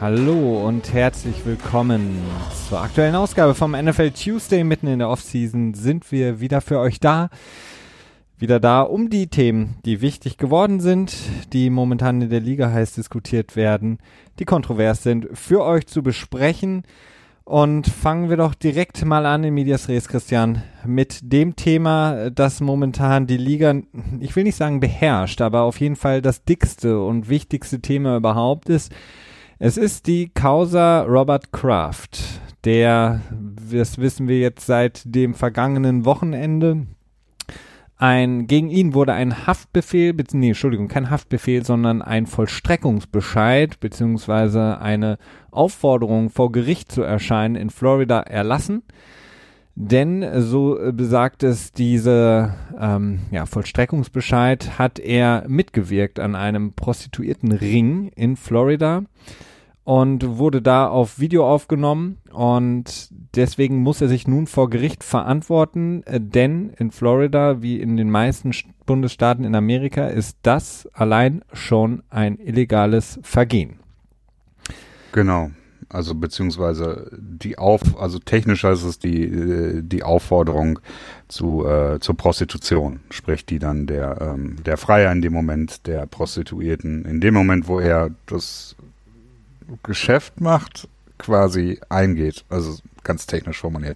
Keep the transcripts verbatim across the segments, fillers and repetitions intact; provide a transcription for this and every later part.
Hallo und herzlich willkommen zur aktuellen Ausgabe vom N F L Tuesday. Mitten in der Offseason sind wir wieder für euch da. Wieder da, um die Themen, die wichtig geworden sind, die momentan in der Liga heiß diskutiert werden, die kontrovers sind, für euch zu besprechen. Und fangen wir doch direkt mal an in Medias Res, Christian, mit dem Thema, das momentan die Liga, ich will nicht sagen beherrscht, aber auf jeden Fall das dickste und wichtigste Thema überhaupt ist. Es ist die Causa Robert Kraft, der, das wissen wir jetzt seit dem vergangenen Wochenende, ein, gegen ihn wurde ein Haftbefehl, nee, Entschuldigung, kein Haftbefehl, sondern ein Vollstreckungsbescheid beziehungsweise eine Aufforderung, vor Gericht zu erscheinen, in Florida erlassen. Denn, so besagt es, diese ähm, ja, Vollstreckungsbescheid, hat er mitgewirkt an einem Prostituiertenring in Florida und wurde da auf Video aufgenommen, und deswegen muss er sich nun vor Gericht verantworten, äh, denn in Florida, wie in den meisten Bundesstaaten in Amerika, ist das allein schon ein illegales Vergehen. Genau. Also beziehungsweise die Auf, also technischer ist es die die Aufforderung zu äh, zur Prostitution, sprich die dann der ähm, der Freier in dem Moment der Prostituierten in dem Moment, wo er das Geschäft macht, quasi eingeht. Also ganz technisch formuliert.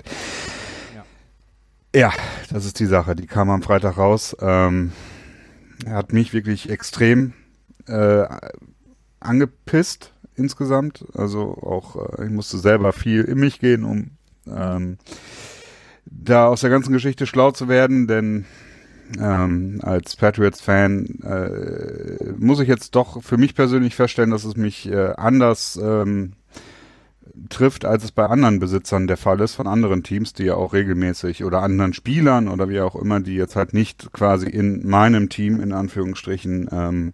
Ja, ja, das ist die Sache. Die kam am Freitag raus. Ähm, er hat mich wirklich extrem äh, angepisst. Insgesamt, also auch, äh, ich musste selber viel in mich gehen, um ähm, da aus der ganzen Geschichte schlau zu werden, denn ähm, als Patriots-Fan äh, muss ich jetzt doch für mich persönlich feststellen, dass es mich äh, anders ähm, trifft, als es bei anderen Besitzern der Fall ist, von anderen Teams, die ja auch regelmäßig, oder anderen Spielern oder wie auch immer, die jetzt halt nicht quasi in meinem Team, in Anführungsstrichen, ähm,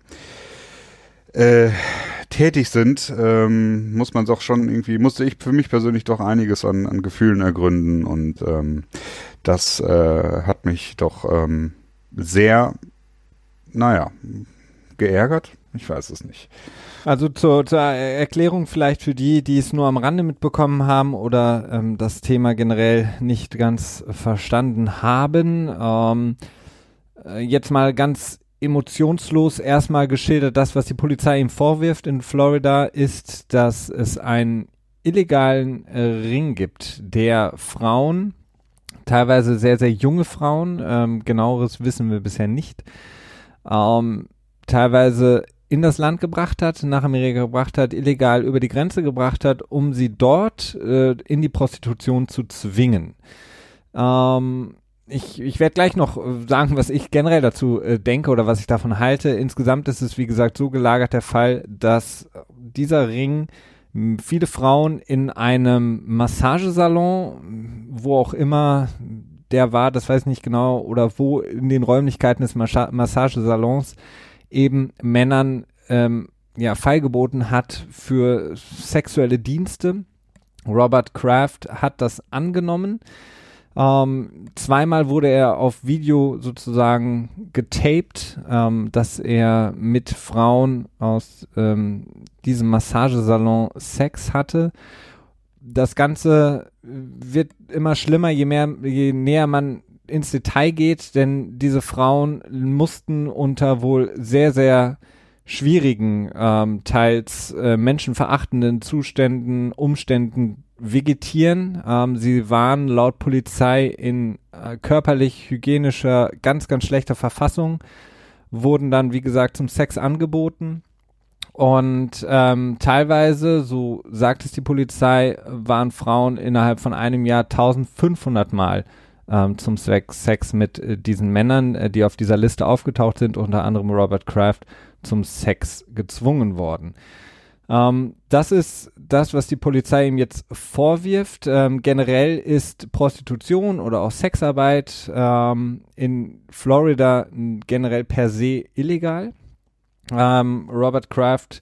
Äh, tätig sind, ähm, muss man doch schon irgendwie, musste ich für mich persönlich doch einiges an, an Gefühlen ergründen, und ähm, das äh, hat mich doch ähm, sehr, naja, geärgert. Ich weiß es nicht. Also zur, zur Erklärung vielleicht für die, die es nur am Rande mitbekommen haben oder ähm, das Thema generell nicht ganz verstanden haben. Ähm, äh, jetzt mal ganz emotionslos erstmal geschildert, das, was die Polizei ihm vorwirft in Florida, ist, dass es einen illegalen äh, Ring gibt, der Frauen, teilweise sehr, sehr junge Frauen, ähm, genaueres wissen wir bisher nicht, ähm, teilweise in das Land gebracht hat, nach Amerika gebracht hat, illegal über die Grenze gebracht hat, um sie dort äh, in die Prostitution zu zwingen. Ähm, Ich, ich werde gleich noch sagen, was ich generell dazu äh, denke oder was ich davon halte. Insgesamt ist es, wie gesagt, so gelagert der Fall, dass dieser Ring m, viele Frauen in einem Massagesalon, wo auch immer der war, das weiß ich nicht genau, oder wo in den Räumlichkeiten des Massa- Massagesalons eben Männern ähm, ja, feilgeboten hat für sexuelle Dienste. Robert Kraft hat das angenommen. Ähm, zweimal wurde er auf Video sozusagen getaped, ähm, dass er mit Frauen aus ähm, diesem Massagesalon Sex hatte. Das Ganze wird immer schlimmer, je mehr, je näher man ins Detail geht, denn diese Frauen mussten unter wohl sehr, sehr schwierigen, ähm, teils äh, menschenverachtenden Zuständen, Umständen vegetieren. Ähm, sie waren laut Polizei in äh, körperlich hygienischer, ganz, ganz schlechter Verfassung, wurden dann, wie gesagt, zum Sex angeboten, und ähm, teilweise, so sagt es die Polizei, waren Frauen innerhalb von einem Jahr eintausendfünfhundert Mal ähm, zum Sex, Sex mit äh, diesen Männern, äh, die auf dieser Liste aufgetaucht sind, unter anderem Robert Kraft, zum Sex gezwungen worden. Ähm, das ist das, was die Polizei ihm jetzt vorwirft. Ähm, generell ist Prostitution oder auch Sexarbeit ähm, in Florida generell per se illegal. Ähm, Robert Kraft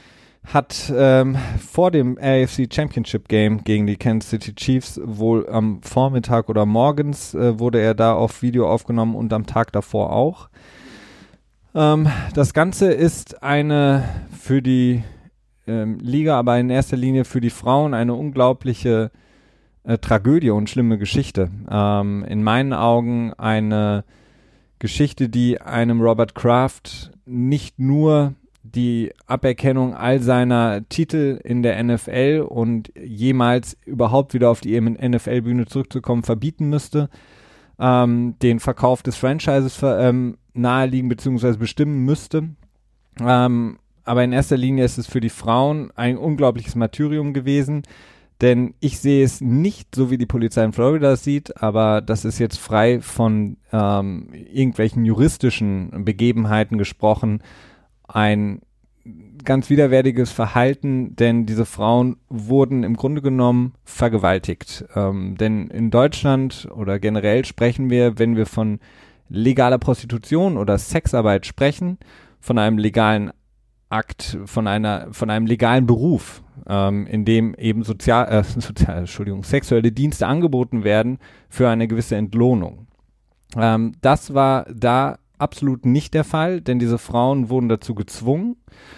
hat ähm, vor dem A F C Championship Game gegen die Kansas City Chiefs wohl am Vormittag oder morgens äh, wurde er da auf Video aufgenommen, und am Tag davor auch. Ähm, das Ganze ist eine für die ähm, Liga, aber in erster Linie für die Frauen eine unglaubliche äh, Tragödie und schlimme Geschichte. Ähm, in meinen Augen eine Geschichte, die einem Robert Kraft nicht nur die Aberkennung all seiner Titel in der N F L und jemals überhaupt wieder auf die N F L-Bühne zurückzukommen verbieten müsste, ähm, den Verkauf des Franchises ver- ähm, naheliegen bzw. bestimmen müsste. Ähm, aber in erster Linie ist es für die Frauen ein unglaubliches Martyrium gewesen, denn ich sehe es nicht so, wie die Polizei in Florida es sieht, aber das ist jetzt frei von ähm, irgendwelchen juristischen Begebenheiten gesprochen, ein ganz widerwärtiges Verhalten, denn diese Frauen wurden im Grunde genommen vergewaltigt. Ähm, denn in Deutschland oder generell sprechen wir, wenn wir von legaler Prostitution oder Sexarbeit sprechen, von einem legalen Akt, von einer, von einem legalen Beruf, ähm, in dem eben sozial, äh, sozial, Entschuldigung, sexuelle Dienste angeboten werden für eine gewisse Entlohnung. Ähm, das war da absolut nicht der Fall, denn diese Frauen wurden dazu gezwungen.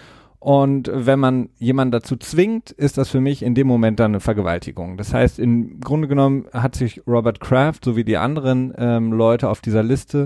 Und wenn man jemanden dazu zwingt, ist das für mich in dem Moment dann eine Vergewaltigung. Das heißt, im Grunde genommen hat sich Robert Kraft sowie die anderen ähm, Leute auf dieser Liste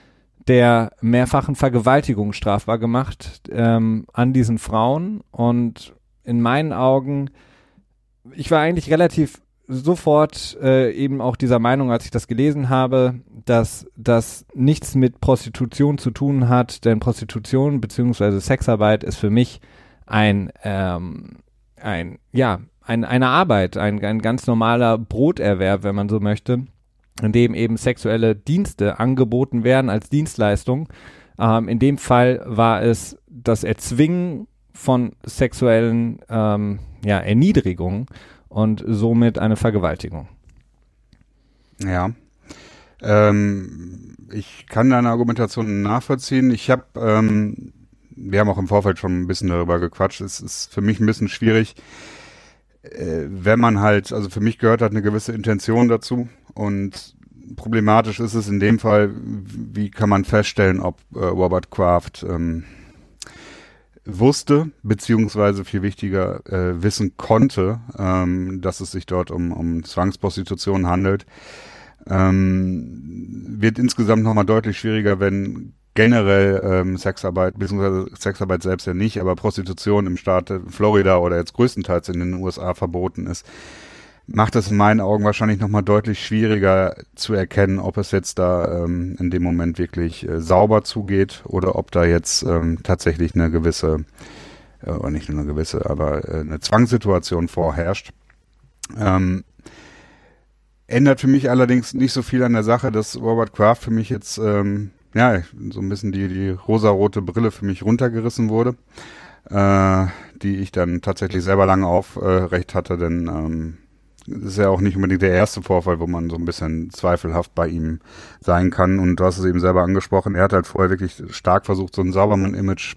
der mehrfachen Vergewaltigung strafbar gemacht ähm, an diesen Frauen. Und in meinen Augen, ich war eigentlich relativ sofort äh, eben auch dieser Meinung, als ich das gelesen habe, dass das nichts mit Prostitution zu tun hat, denn Prostitution bzw. Sexarbeit ist für mich ein, ähm, ein ja, ein, eine Arbeit, ein, ein ganz normaler Broterwerb, wenn man so möchte, in dem eben sexuelle Dienste angeboten werden als Dienstleistung. Ähm, in dem Fall war es das Erzwingen von sexuellen ähm, ja, Erniedrigungen und somit eine Vergewaltigung. Ja, ähm, ich kann deine Argumentation nachvollziehen. Ich habe, ähm, wir haben auch im Vorfeld schon ein bisschen darüber gequatscht, es ist für mich ein bisschen schwierig, äh, wenn man halt, also für mich gehört halt eine gewisse Intention dazu und problematisch ist es in dem Fall, wie kann man feststellen, ob äh, Robert Kraft ähm, wusste, beziehungsweise viel wichtiger äh, wissen konnte, ähm, dass es sich dort um, um Zwangsprostitution handelt, ähm, wird insgesamt nochmal deutlich schwieriger, wenn generell ähm, Sexarbeit, beziehungsweise Sexarbeit selbst ja nicht, aber Prostitution im Staat Florida oder jetzt größtenteils in den U S A verboten ist, macht es in meinen Augen wahrscheinlich nochmal deutlich schwieriger zu erkennen, ob es jetzt da ähm, in dem Moment wirklich äh, sauber zugeht oder ob da jetzt ähm, tatsächlich eine gewisse, äh, oder nicht nur eine gewisse, aber äh, eine Zwangssituation vorherrscht. Ähm, ändert für mich allerdings nicht so viel an der Sache, dass Robert Kraft für mich jetzt, ähm, ja, so ein bisschen die, die rosarote Brille für mich runtergerissen wurde, äh, die ich dann tatsächlich selber lange aufrecht äh, hatte, denn ähm, das ist ja auch nicht unbedingt der erste Vorfall, wo man so ein bisschen zweifelhaft bei ihm sein kann. Und du hast es eben selber angesprochen, er hat halt vorher wirklich stark versucht, so ein Saubermann-Image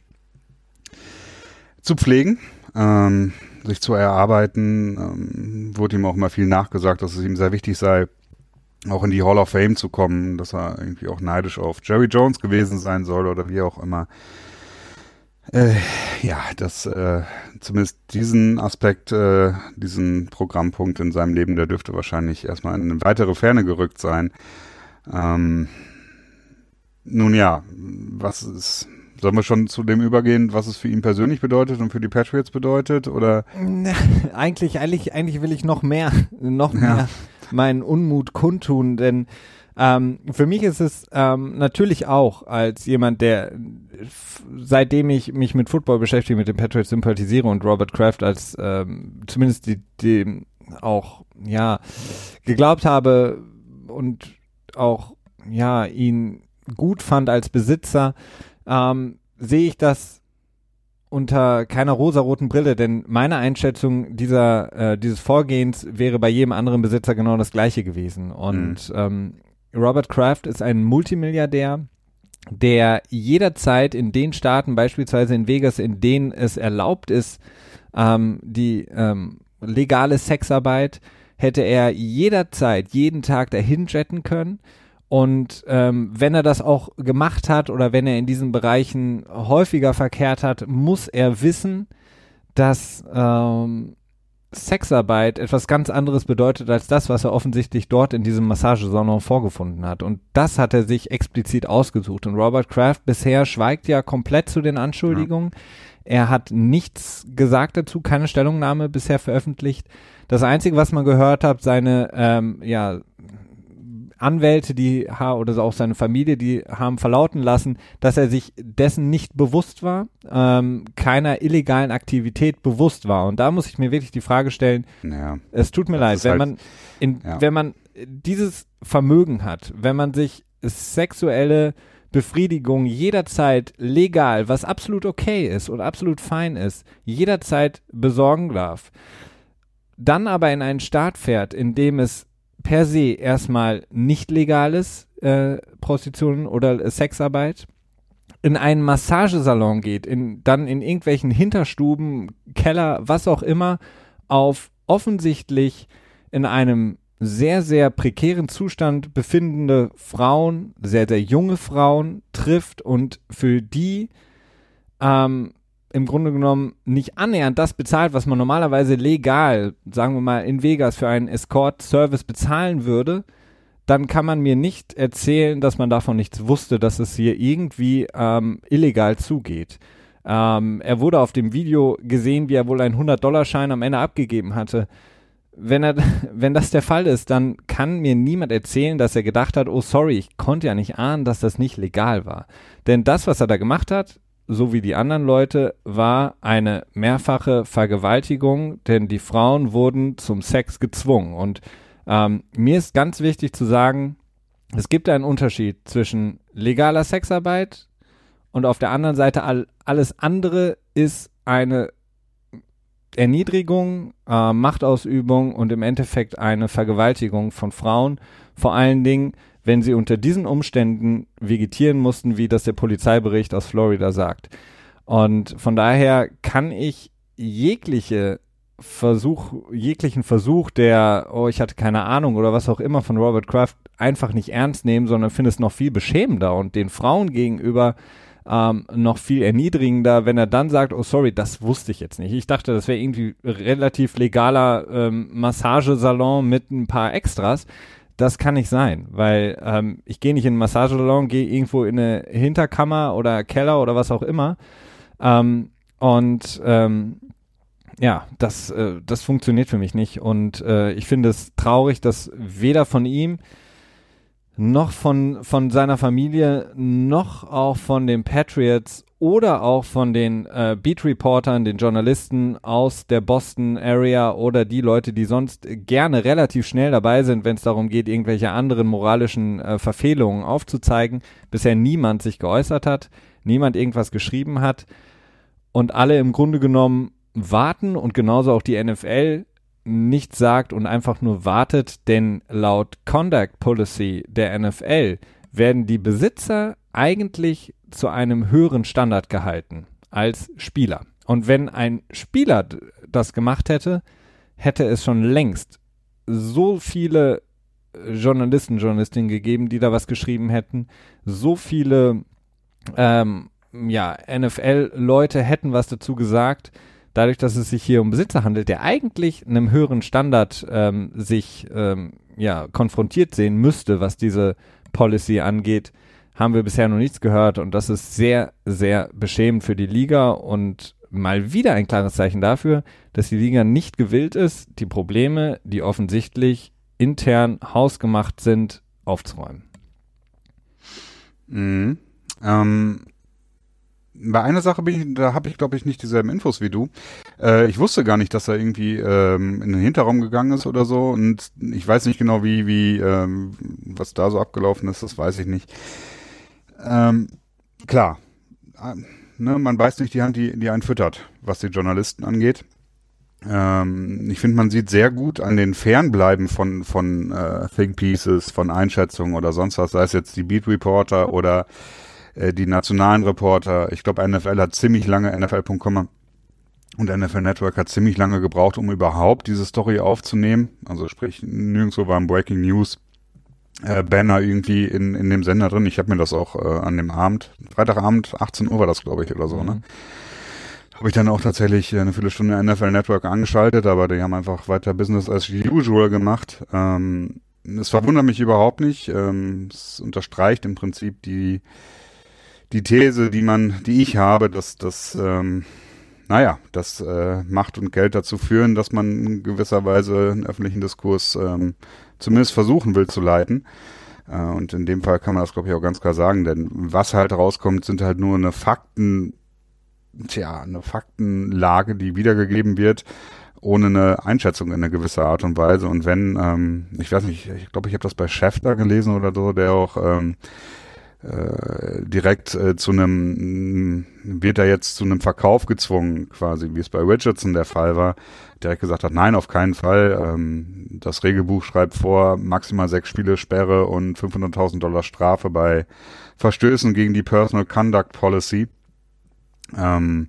zu pflegen, ähm, sich zu erarbeiten. Ähm, wurde ihm auch immer viel nachgesagt, dass es ihm sehr wichtig sei, auch in die Hall of Fame zu kommen, dass er irgendwie auch neidisch auf Jerry Jones gewesen sein soll oder wie auch immer. Äh, ja, das äh, zumindest diesen Aspekt, äh, diesen Programmpunkt in seinem Leben, der dürfte wahrscheinlich erstmal in eine weitere Ferne gerückt sein. Ähm, nun ja, was ist, sollen wir schon zu dem übergehen, was es für ihn persönlich bedeutet und für die Patriots bedeutet, oder? Eigentlich, eigentlich, eigentlich will ich noch mehr, noch mehr ja. meinen Unmut kundtun, denn Ähm, für mich ist es ähm, natürlich auch als jemand, der f- seitdem ich mich mit Football beschäftige, mit den Patriots sympathisiere und Robert Kraft als ähm, zumindest die, die auch ja geglaubt habe und auch ja ihn gut fand als Besitzer, ähm, sehe ich das unter keiner rosaroten Brille, denn meine Einschätzung dieser äh, dieses Vorgehens wäre bei jedem anderen Besitzer genau das gleiche gewesen und mhm. ähm, Robert Kraft ist ein Multimilliardär, der jederzeit in den Staaten, beispielsweise in Vegas, in denen es erlaubt ist, ähm, die ähm, legale Sexarbeit, hätte er jederzeit, jeden Tag dahin jetten können. Und ähm, wenn er das auch gemacht hat oder wenn er in diesen Bereichen häufiger verkehrt hat, muss er wissen, dass ähm, Sexarbeit etwas ganz anderes bedeutet als das, was er offensichtlich dort in diesem Massagesalon vorgefunden hat. Und das hat er sich explizit ausgesucht. Und Robert Kraft bisher schweigt ja komplett zu den Anschuldigungen. Ja. Er hat nichts gesagt dazu, keine Stellungnahme bisher veröffentlicht. Das Einzige, was man gehört hat, seine ähm, ja, Anwälte, die oder auch seine Familie, die haben verlauten lassen, dass er sich dessen nicht bewusst war, ähm, keiner illegalen Aktivität bewusst war. Und da muss ich mir wirklich die Frage stellen, ja, es tut mir leid, wenn halt, man in, ja. wenn man dieses Vermögen hat, wenn man sich sexuelle Befriedigung jederzeit legal, was absolut okay ist und absolut fein ist, jederzeit besorgen darf, dann aber in einen Staat fährt, in dem es per se erstmal nicht legales äh, Prostitution oder Sexarbeit, in einen Massagesalon geht, in, dann in irgendwelchen Hinterstuben, Keller, was auch immer, auf offensichtlich in einem sehr, sehr prekären Zustand befindende Frauen, sehr, sehr junge Frauen trifft und für die ähm, im Grunde genommen nicht annähernd das bezahlt, was man normalerweise legal, sagen wir mal, in Vegas für einen Escort-Service bezahlen würde, dann kann man mir nicht erzählen, dass man davon nichts wusste, dass es hier irgendwie ähm, illegal zugeht. Ähm, er wurde auf dem Video gesehen, wie er wohl einen hundert-Dollar-Schein am Ende abgegeben hatte. Wenn er, wenn das der Fall ist, dann kann mir niemand erzählen, dass er gedacht hat, oh sorry, ich konnte ja nicht ahnen, dass das nicht legal war. Denn das, was er da gemacht hat, so wie die anderen Leute, war eine mehrfache Vergewaltigung, denn die Frauen wurden zum Sex gezwungen. Und ähm, mir ist ganz wichtig zu sagen, es gibt einen Unterschied zwischen legaler Sexarbeit und auf der anderen Seite all, alles andere ist eine Erniedrigung, äh, Machtausübung und im Endeffekt eine Vergewaltigung von Frauen, vor allen Dingen, wenn sie unter diesen Umständen vegetieren mussten, wie das der Polizeibericht aus Florida sagt. Und von daher kann ich jegliche Versuch, jeglichen Versuch der, oh, ich hatte keine Ahnung oder was auch immer von Robert Kraft einfach nicht ernst nehmen, sondern finde es noch viel beschämender und den Frauen gegenüber ähm, noch viel erniedrigender, wenn er dann sagt, oh sorry, das wusste ich jetzt nicht. Ich dachte, das wäre irgendwie relativ legaler ähm, Massagesalon mit ein paar Extras. Das kann nicht sein, weil ähm, ich gehe nicht in einen Massagesalon, gehe irgendwo in eine Hinterkammer oder Keller oder was auch immer. Ähm, und ähm, ja, das, äh, das funktioniert für mich nicht. Und äh, ich finde es traurig, dass weder von ihm noch von, von seiner Familie noch auch von den Patriots oder auch von den äh, Beat-Reportern, den Journalisten aus der Boston-Area oder die Leute, die sonst gerne relativ schnell dabei sind, wenn es darum geht, irgendwelche anderen moralischen äh, Verfehlungen aufzuzeigen, bisher niemand sich geäußert hat, niemand irgendwas geschrieben hat und alle im Grunde genommen warten und genauso auch die N F L nichts sagt und einfach nur wartet, denn laut Conduct Policy der N F L werden die Besitzer eigentlich zu einem höheren Standard gehalten als Spieler. Und wenn ein Spieler d- das gemacht hätte, hätte es schon längst so viele Journalisten, Journalistinnen gegeben, die da was geschrieben hätten, so viele ähm, ja, N F L-Leute hätten was dazu gesagt. Dadurch, dass es sich hier um Besitzer handelt, der eigentlich einem höheren Standard ähm, sich ähm, ja, konfrontiert sehen müsste, was diese Policy angeht, haben wir bisher noch nichts gehört und das ist sehr, sehr beschämend für die Liga und mal wieder ein klares Zeichen dafür, dass die Liga nicht gewillt ist, die Probleme, die offensichtlich intern hausgemacht sind, aufzuräumen. Mhm. Ähm, bei einer Sache bin ich, da habe ich glaube ich nicht dieselben Infos wie du. Äh, ich wusste gar nicht, dass er irgendwie ähm, in den Hinterraum gegangen ist oder so und ich weiß nicht genau wie, wie ähm, was da so abgelaufen ist, das weiß ich nicht. Ähm, klar, äh, ne, man beißt nicht die Hand, die, die einen füttert, was die Journalisten angeht. Ähm, ich finde, man sieht sehr gut an den Fernbleiben von, von äh, Think Pieces, von Einschätzungen oder sonst was, sei es jetzt die Beat Reporter oder äh, die nationalen Reporter. Ich glaube, N F L hat ziemlich lange, N F L Punkt com und N F L Network hat ziemlich lange gebraucht, um überhaupt diese Story aufzunehmen. Also sprich, nirgendwo war ein Breaking News Äh, Banner irgendwie in in dem Sender drin. Ich habe mir das auch äh, an dem Abend, Freitagabend, achtzehn Uhr war das, glaube ich, oder so, mhm. ne? habe ich dann auch tatsächlich eine Viertelstunde N F L Network angeschaltet, aber die haben einfach weiter Business as usual gemacht. Ähm, es verwundert mich überhaupt nicht. Ähm, es unterstreicht im Prinzip die die These, die man, die ich habe, dass das, ähm, naja, dass äh, Macht und Geld dazu führen, dass man in gewisser Weise einen öffentlichen Diskurs ähm, zumindest versuchen will zu leiten. Äh, und in dem Fall kann man das, glaube ich, auch ganz klar sagen, denn was halt rauskommt, sind halt nur eine Fakten Tja, eine Faktenlage, die wiedergegeben wird, ohne eine Einschätzung in einer gewissen Art und Weise. Und wenn, ähm, ich weiß nicht, ich glaube, ich habe das bei Schäffler gelesen oder so, der auch ähm, äh, direkt äh, zu einem, wird er jetzt zu einem Verkauf gezwungen, quasi, wie es bei Richardson der Fall war, direkt gesagt hat, nein, auf keinen Fall. Ähm, das Regelbuch schreibt vor, maximal sechs Spiele Sperre und fünfhunderttausend Dollar Strafe bei Verstößen gegen die Personal Conduct Policy. Ähm,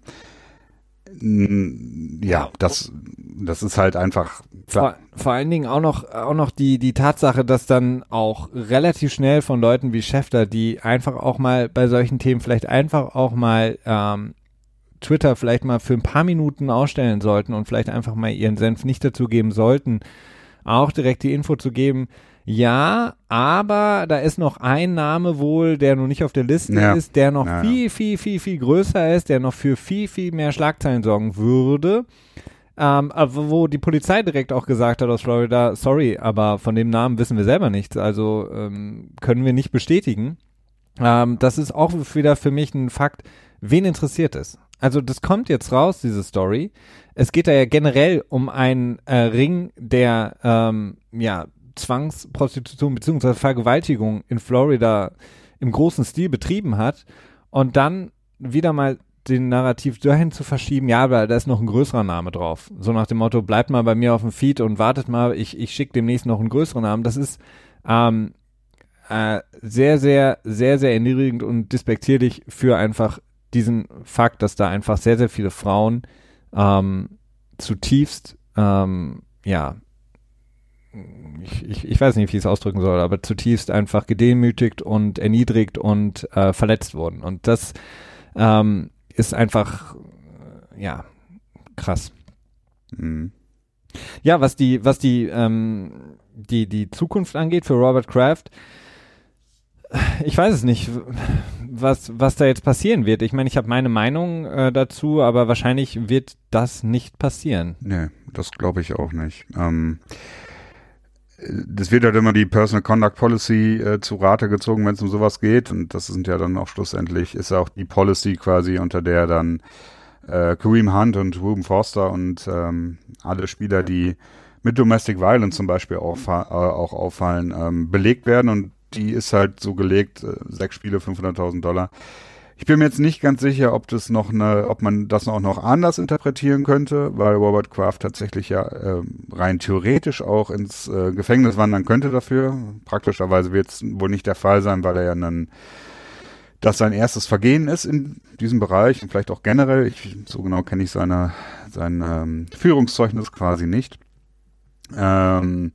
ja, das, das ist halt einfach. Vor, vor allen Dingen auch noch, auch noch die, die Tatsache, dass dann auch relativ schnell von Leuten wie Schäffler, die einfach auch mal bei solchen Themen vielleicht einfach auch mal ähm, Twitter vielleicht mal für ein paar Minuten ausstellen sollten und vielleicht einfach mal ihren Senf nicht dazu geben sollten, auch direkt die Info zu geben, ja, aber da ist noch ein Name wohl, der noch nicht auf der Liste ja. ist, der noch ja, viel, ja. viel, viel, viel größer ist, der noch für viel, viel mehr Schlagzeilen sorgen würde. Ähm, aber wo die Polizei direkt auch gesagt hat aus Florida, sorry, aber von dem Namen wissen wir selber nichts, also ähm, können wir nicht bestätigen. Ähm, das ist auch wieder für mich ein Fakt, wen interessiert es? Also das kommt jetzt raus, diese Story. Es geht da ja generell um einen äh, Ring, der ähm, ja Zwangsprostitution bzw. Vergewaltigung in Florida im großen Stil betrieben hat und dann wieder mal den Narrativ dahin zu verschieben, ja, aber da ist noch ein größerer Name drauf. So nach dem Motto, bleibt mal bei mir auf dem Feed und wartet mal, ich, ich schicke demnächst noch einen größeren Namen. Das ist ähm, äh, sehr, sehr, sehr, sehr erniedrigend und despektierlich für einfach diesen Fakt, dass da einfach sehr, sehr viele Frauen ähm, zutiefst, ähm, ja, Ich, ich, ich weiß nicht, wie ich es ausdrücken soll, aber zutiefst einfach gedemütigt und erniedrigt und äh, verletzt wurden. Und das ähm, ist einfach, äh, ja, krass. Mhm. Ja, was die, was die, ähm, die, die Zukunft angeht für Robert Kraft, ich weiß es nicht, was, was da jetzt passieren wird. Ich meine, ich habe meine Meinung äh, dazu, aber wahrscheinlich wird das nicht passieren. Nee, das glaube ich auch nicht. Ähm, das wird halt immer die Personal Conduct Policy äh, zu Rate gezogen, wenn es um sowas geht. Und das sind ja dann auch schlussendlich, ist auch die Policy quasi, unter der dann äh, Kareem Hunt und Reuben Foster und ähm, alle Spieler, die mit Domestic Violence zum Beispiel auch, äh, auch auffallen, ähm, belegt werden. Und die ist halt so gelegt, äh, sechs Spiele, fünfhunderttausend Dollar. Ich bin mir jetzt nicht ganz sicher, ob das noch eine, ob man das auch noch anders interpretieren könnte, weil Robert Kraft tatsächlich ja äh, rein theoretisch auch ins äh, Gefängnis wandern könnte dafür. Praktischerweise wird es wohl nicht der Fall sein, weil er ja dann das sein erstes Vergehen ist in diesem Bereich und vielleicht auch generell. Ich, so genau kenne ich seine, sein ähm, Führungszeugnis quasi nicht. Ähm,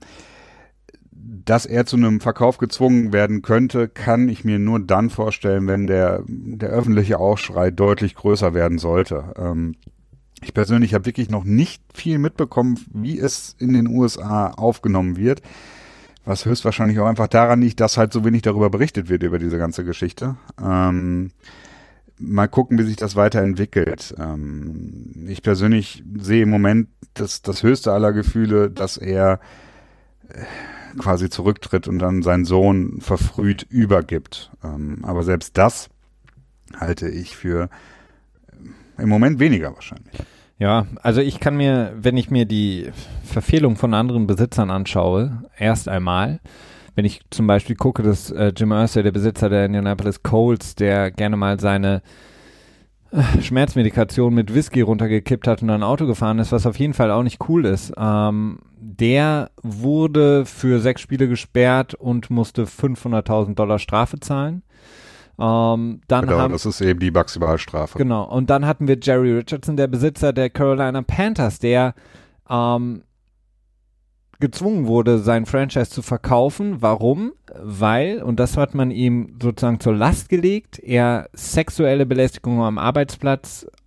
Dass er zu einem Verkauf gezwungen werden könnte, kann ich mir nur dann vorstellen, wenn der, der öffentliche Aufschrei deutlich größer werden sollte. Ähm, ich persönlich habe wirklich noch nicht viel mitbekommen, wie es in den U S A aufgenommen wird, was höchstwahrscheinlich auch einfach daran liegt, dass halt so wenig darüber berichtet wird, über diese ganze Geschichte. Ähm, mal gucken, wie sich das weiterentwickelt. Ähm, ich persönlich sehe im Moment das, das höchste aller Gefühle, dass er äh, quasi zurücktritt und dann seinen Sohn verfrüht übergibt. Ähm, aber selbst das halte ich für im Moment weniger wahrscheinlich. Ja, also ich kann mir, wenn ich mir die Verfehlung von anderen Besitzern anschaue, erst einmal, wenn ich zum Beispiel gucke, dass äh, Jim Irsay, der Besitzer der Indianapolis Colts, der gerne mal seine äh, Schmerzmedikation mit Whisky runtergekippt hat und dann Auto gefahren ist, was auf jeden Fall auch nicht cool ist, ähm, der wurde für sechs Spiele gesperrt und musste fünfhunderttausend Dollar Strafe zahlen. Ähm, dann genau, haben, das ist eben die Maximalstrafe. Genau, und dann hatten wir Jerry Richardson, der Besitzer der Carolina Panthers, der ähm, gezwungen wurde, sein Franchise zu verkaufen. Warum? Weil, und das hat man ihm sozusagen zur Last gelegt, er sexuelle Belästigung am Arbeitsplatz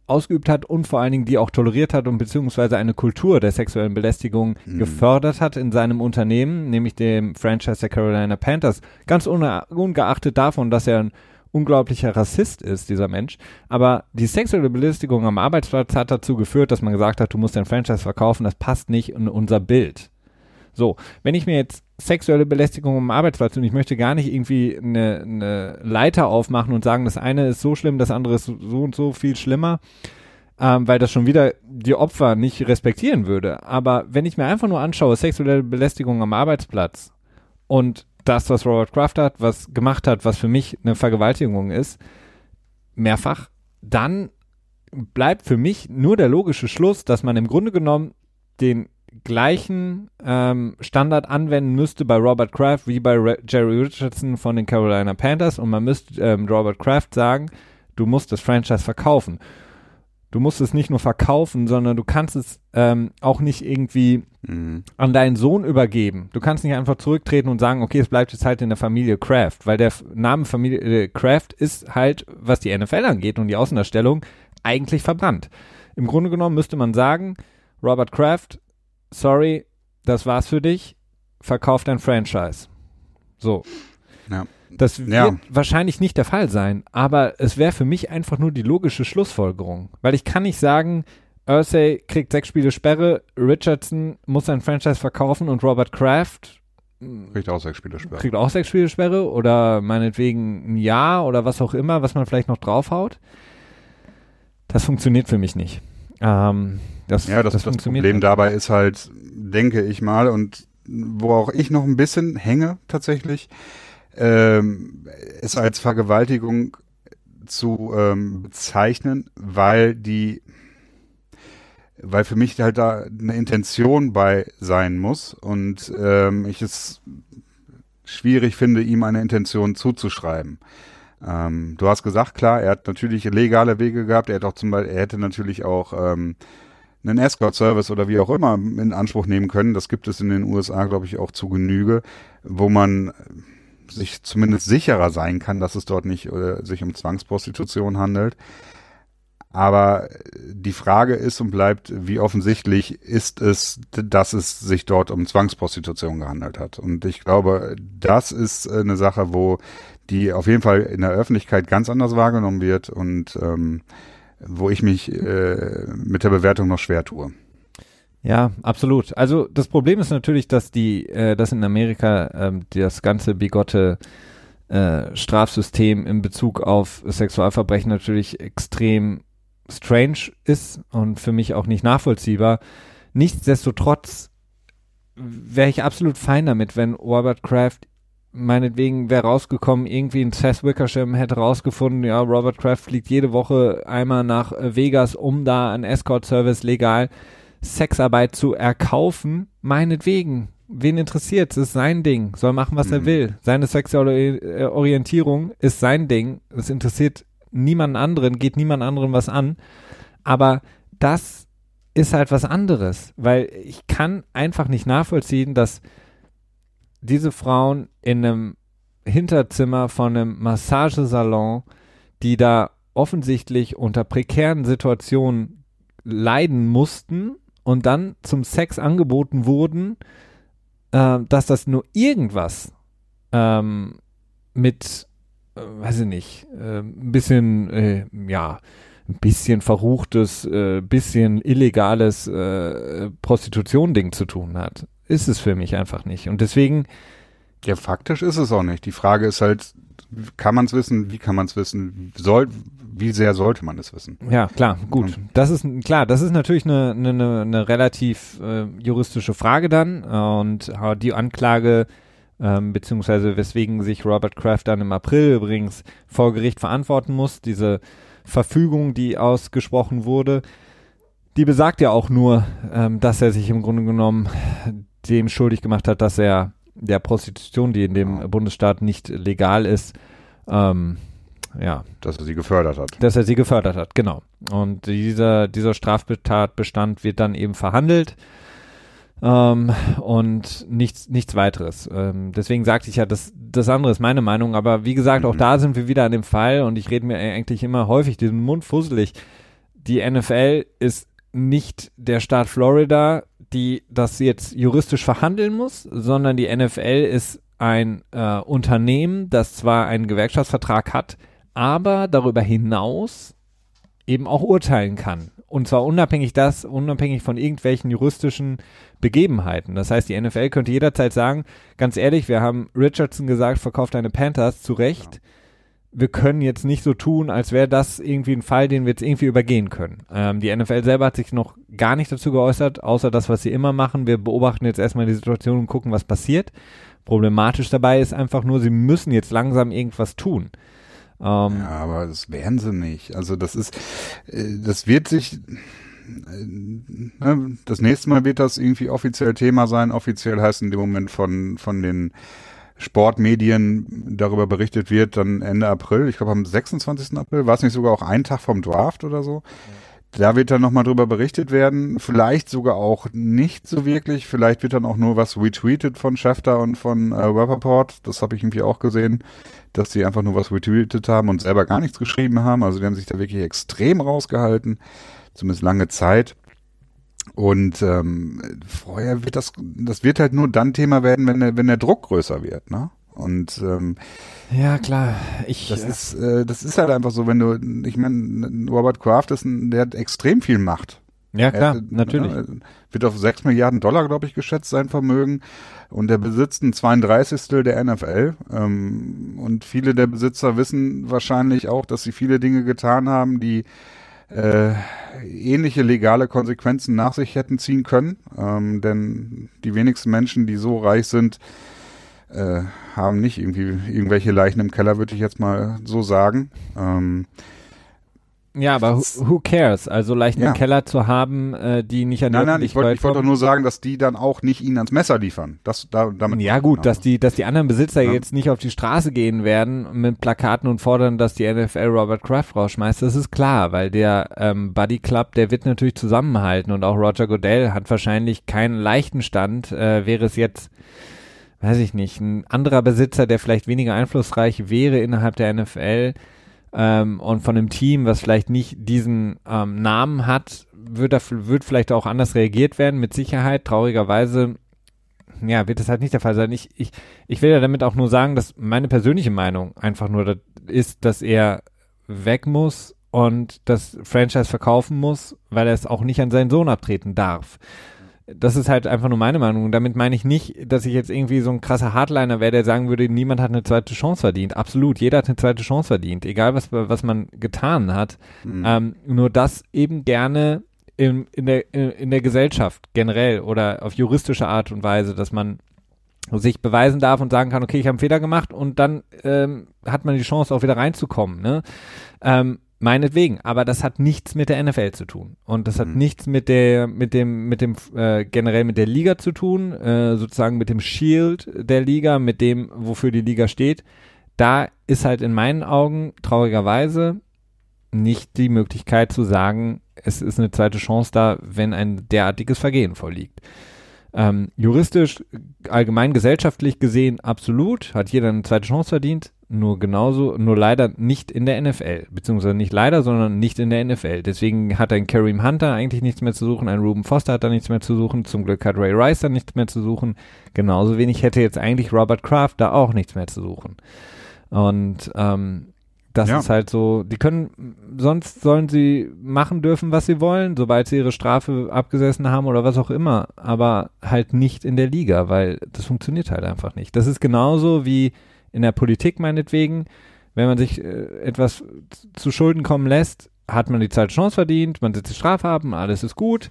ausgeübt hat und vor allen Dingen die auch toleriert hat und beziehungsweise eine Kultur der sexuellen Belästigung mhm. gefördert hat in seinem Unternehmen, nämlich dem Franchise der Carolina Panthers, ganz unge- ungeachtet davon, dass er ein unglaublicher Rassist ist, dieser Mensch. Aber die sexuelle Belästigung am Arbeitsplatz hat dazu geführt, dass man gesagt hat, du musst dein Franchise verkaufen, das passt nicht in unser Bild. So, wenn ich mir jetzt sexuelle Belästigung am Arbeitsplatz und ich möchte gar nicht irgendwie eine, eine Leiter aufmachen und sagen, das eine ist so schlimm, das andere ist so und so viel schlimmer, ähm, weil das schon wieder die Opfer nicht respektieren würde. Aber wenn ich mir einfach nur anschaue, sexuelle Belästigung am Arbeitsplatz und das, was Robert Kraft hat, was gemacht hat, was für mich eine Vergewaltigung ist, mehrfach, dann bleibt für mich nur der logische Schluss, dass man im Grunde genommen den gleichen ähm, Standard anwenden müsste bei Robert Kraft wie bei Re- Jerry Richardson von den Carolina Panthers und man müsste ähm, Robert Kraft sagen, du musst das Franchise verkaufen. Du musst es nicht nur verkaufen, sondern du kannst es ähm, auch nicht irgendwie mhm. an deinen Sohn übergeben. Du kannst nicht einfach zurücktreten und sagen, okay, es bleibt jetzt halt in der Familie Kraft, weil der F- Name Familie äh, Kraft ist halt, was die N F L angeht und die Außendarstellung, eigentlich verbrannt. Im Grunde genommen müsste man sagen, Robert Kraft, sorry, das war's für dich, verkauf dein Franchise. So. Ja. Das wird ja. wahrscheinlich nicht der Fall sein, aber es wäre für mich einfach nur die logische Schlussfolgerung, weil ich kann nicht sagen, Irsay kriegt sechs Spiele Sperre, Richardson muss sein Franchise verkaufen und Robert Kraft kriegt auch sechs Spiele Sperre. Kriegt auch sechs Spiele Sperre oder meinetwegen ein Jahr oder was auch immer, was man vielleicht noch draufhaut. Das funktioniert für mich nicht. Ähm, das, ja, das, das, das Problem nicht. Dabei ist halt, denke ich mal, und wo auch ich noch ein bisschen hänge tatsächlich, ähm, es als Vergewaltigung zu ähm, bezeichnen, weil die, weil für mich halt da eine Intention bei sein muss und ähm, ich es schwierig finde, ihm eine Intention zuzuschreiben. Ähm, du hast gesagt, klar, er hat natürlich legale Wege gehabt, er hat auch zum Beispiel, er hätte natürlich auch ähm, einen Escort-Service oder wie auch immer in Anspruch nehmen können. Das gibt es in den U S A, glaube ich, auch zu Genüge, wo man sich zumindest sicherer sein kann, dass es dort nicht äh, sich um Zwangsprostitution handelt. Aber die Frage ist und bleibt, wie offensichtlich ist es, dass es sich dort um Zwangsprostitution gehandelt hat. Und ich glaube, das ist eine Sache, wo die auf jeden Fall in der Öffentlichkeit ganz anders wahrgenommen wird und ähm, wo ich mich äh, mit der Bewertung noch schwer tue. Ja, absolut. Also das Problem ist natürlich, dass die, äh, dass in Amerika ähm, das ganze bigotte äh, Strafsystem in Bezug auf Sexualverbrechen natürlich extrem strange ist und für mich auch nicht nachvollziehbar. Nichtsdestotrotz wäre ich absolut fein damit, wenn Robert Kraft, meinetwegen wäre rausgekommen, irgendwie ein Seth Wickersham hätte rausgefunden, ja, Robert Kraft fliegt jede Woche einmal nach Vegas, um da einen Escort-Service legal Sexarbeit zu erkaufen, meinetwegen. Wen interessiert es? Ist sein Ding. Soll machen, was mhm. er will. Seine sexuelle Orientierung ist sein Ding. Es interessiert niemand anderen, geht niemand anderen was an. Aber das ist halt was anderes, weil ich kann einfach nicht nachvollziehen, dass diese Frauen in einem Hinterzimmer von einem Massagesalon, die da offensichtlich unter prekären Situationen leiden mussten und dann zum Sex angeboten wurden, äh, dass das nur irgendwas ähm, mit, äh, weiß ich nicht, äh, ein bisschen, äh, ja, ein bisschen verruchtes, äh, bisschen illegales äh, Prostitution-Ding zu tun hat. Ist es für mich einfach nicht. Und deswegen. Ja, faktisch ist es auch nicht. Die Frage ist halt, kann man es wissen? Wie kann man es wissen? Soll, wie sehr sollte man es wissen? Ja, klar, gut. Das ist, klar, das ist natürlich eine, eine, eine relativ äh, juristische Frage dann. Und äh, die Anklage, ähm, beziehungsweise weswegen sich Robert Kraft dann im April übrigens vor Gericht verantworten muss, diese Verfügung, die ausgesprochen wurde, die besagt ja auch nur, ähm, dass er sich im Grunde genommen dem schuldig gemacht hat, dass er der Prostitution, die in dem Bundesstaat nicht legal ist, ähm, ja. Dass er sie gefördert hat. Dass er sie gefördert hat, genau. Und dieser, dieser Straftatbestand wird dann eben verhandelt ähm, und nichts, nichts weiteres. Ähm, deswegen sagte ich ja, das, das andere ist meine Meinung, aber wie gesagt, mhm. auch da sind wir wieder an dem Fall und ich rede mir eigentlich immer häufig diesen Mund fusselig. die N F L ist nicht der Staat Florida, die das jetzt juristisch verhandeln muss, sondern die N F L ist ein äh, Unternehmen, das zwar einen Gewerkschaftsvertrag hat, aber darüber hinaus eben auch urteilen kann. Und zwar unabhängig das, unabhängig von irgendwelchen juristischen Begebenheiten. Das heißt, die N F L könnte jederzeit sagen, ganz ehrlich, wir haben Richardson gesagt, verkauft deine Panthers, zu Recht. Wir können jetzt nicht so tun, als wäre das irgendwie ein Fall, den wir jetzt irgendwie übergehen können. Ähm, die N F L selber hat sich noch gar nicht dazu geäußert, außer das, was sie immer machen. Wir beobachten jetzt erstmal die Situation und gucken, was passiert. Problematisch dabei ist einfach nur, sie müssen jetzt langsam irgendwas tun. Ähm, ja, aber das werden sie nicht. Also das ist, das wird sich, das nächste Mal wird das irgendwie offiziell Thema sein. Offiziell heißt in dem Moment von, von den Sportmedien darüber berichtet wird, dann Ende April, ich glaube am sechsundzwanzigsten April, war es nicht sogar auch ein Tag vom Draft oder so? Ja. Da wird dann nochmal drüber berichtet werden, vielleicht sogar auch nicht so wirklich, vielleicht wird dann auch nur was retweetet von Schefter und von äh, Rappaport, das habe ich irgendwie auch gesehen, dass die einfach nur was retweetet haben und selber gar nichts geschrieben haben, also die haben sich da wirklich extrem rausgehalten, zumindest lange Zeit. Und ähm, vorher wird das, das wird halt nur dann Thema werden, wenn der, wenn der Druck größer wird, ne? Und ähm, ja klar, ich das ist, äh, das ist halt einfach so, wenn du, ich meine, Robert Kraft ist ein, der hat extrem viel Macht. Ja klar, er, natürlich. Ne, wird auf sechs Milliarden Dollar, glaube ich, geschätzt sein Vermögen und der besitzt ein zweiunddreißigstel der N F L ähm, und viele der Besitzer wissen wahrscheinlich auch, dass sie viele Dinge getan haben, die Äh, ähnliche legale Konsequenzen nach sich hätten ziehen können, ähm, denn die wenigsten Menschen, die so reich sind, äh, haben nicht irgendwie irgendwelche Leichen im Keller, würde ich jetzt mal so sagen. Ähm, ja, aber who, who cares? Also Leichen ja. im Keller zu haben, äh, die nicht an die Nein, nein, ich wollte ich wollte doch kommen. nur sagen, dass die dann auch nicht ihnen ans Messer liefern. Das, da, damit ja gut, genau. dass die, dass die anderen Besitzer ja. jetzt nicht auf die Straße gehen werden mit Plakaten und fordern, dass die N F L Robert Kraft rausschmeißt, das ist klar, weil der ähm, Buddy Club, der wird natürlich zusammenhalten und auch Roger Goodell hat wahrscheinlich keinen leichten Stand, äh, wäre es jetzt, weiß ich nicht, ein anderer Besitzer, der vielleicht weniger einflussreich wäre innerhalb der N F L, Ähm, und von einem Team, was vielleicht nicht diesen ähm, Namen hat, wird, da, wird vielleicht auch anders reagiert werden, mit Sicherheit. Traurigerweise, ja, wird das halt nicht der Fall sein. Ich, ich, ich will ja damit auch nur sagen, dass meine persönliche Meinung einfach nur das ist, dass er weg muss und das Franchise verkaufen muss, weil er es auch nicht an seinen Sohn abtreten darf. Das ist halt einfach nur meine Meinung. Und damit meine ich nicht, dass ich jetzt irgendwie so ein krasser Hardliner wäre, der sagen würde, niemand hat eine zweite Chance verdient. Absolut, jeder hat eine zweite Chance verdient, egal was, was man getan hat. Mhm. Ähm, nur das eben gerne in, in, der, in, in der Gesellschaft generell oder auf juristische Art und Weise, dass man sich beweisen darf und sagen kann, okay, ich habe einen Fehler gemacht und dann ähm, hat man die Chance auch wieder reinzukommen. Ne? Ähm, Meinetwegen, aber das hat nichts mit der N F L zu tun und das hat mhm. nichts mit der, mit dem, mit dem äh, generell mit der Liga zu tun, äh, sozusagen mit dem Shield der Liga, mit dem, wofür die Liga steht. Da ist halt in meinen Augen traurigerweise nicht die Möglichkeit zu sagen, es ist eine zweite Chance da, wenn ein derartiges Vergehen vorliegt. Ähm, juristisch, allgemein gesellschaftlich gesehen absolut, hat jeder eine zweite Chance verdient. Nur genauso, nur leider nicht in der N F L, beziehungsweise nicht leider, sondern nicht in der N F L. Deswegen hat ein Kareem Hunter eigentlich nichts mehr zu suchen, ein Ruben Foster hat da nichts mehr zu suchen, zum Glück hat Ray Rice da nichts mehr zu suchen. Genauso wenig hätte jetzt eigentlich Robert Kraft da auch nichts mehr zu suchen. Und ähm, das ja. ist halt so, die können, sonst sollen sie machen dürfen, was sie wollen, sobald sie ihre Strafe abgesessen haben oder was auch immer, aber halt nicht in der Liga, weil das funktioniert halt einfach nicht. Das ist genauso wie in der Politik meinetwegen, wenn man sich äh, etwas zu Schulden kommen lässt, hat man die zweite Chance verdient, man sitzt die Strafe ab, alles ist gut,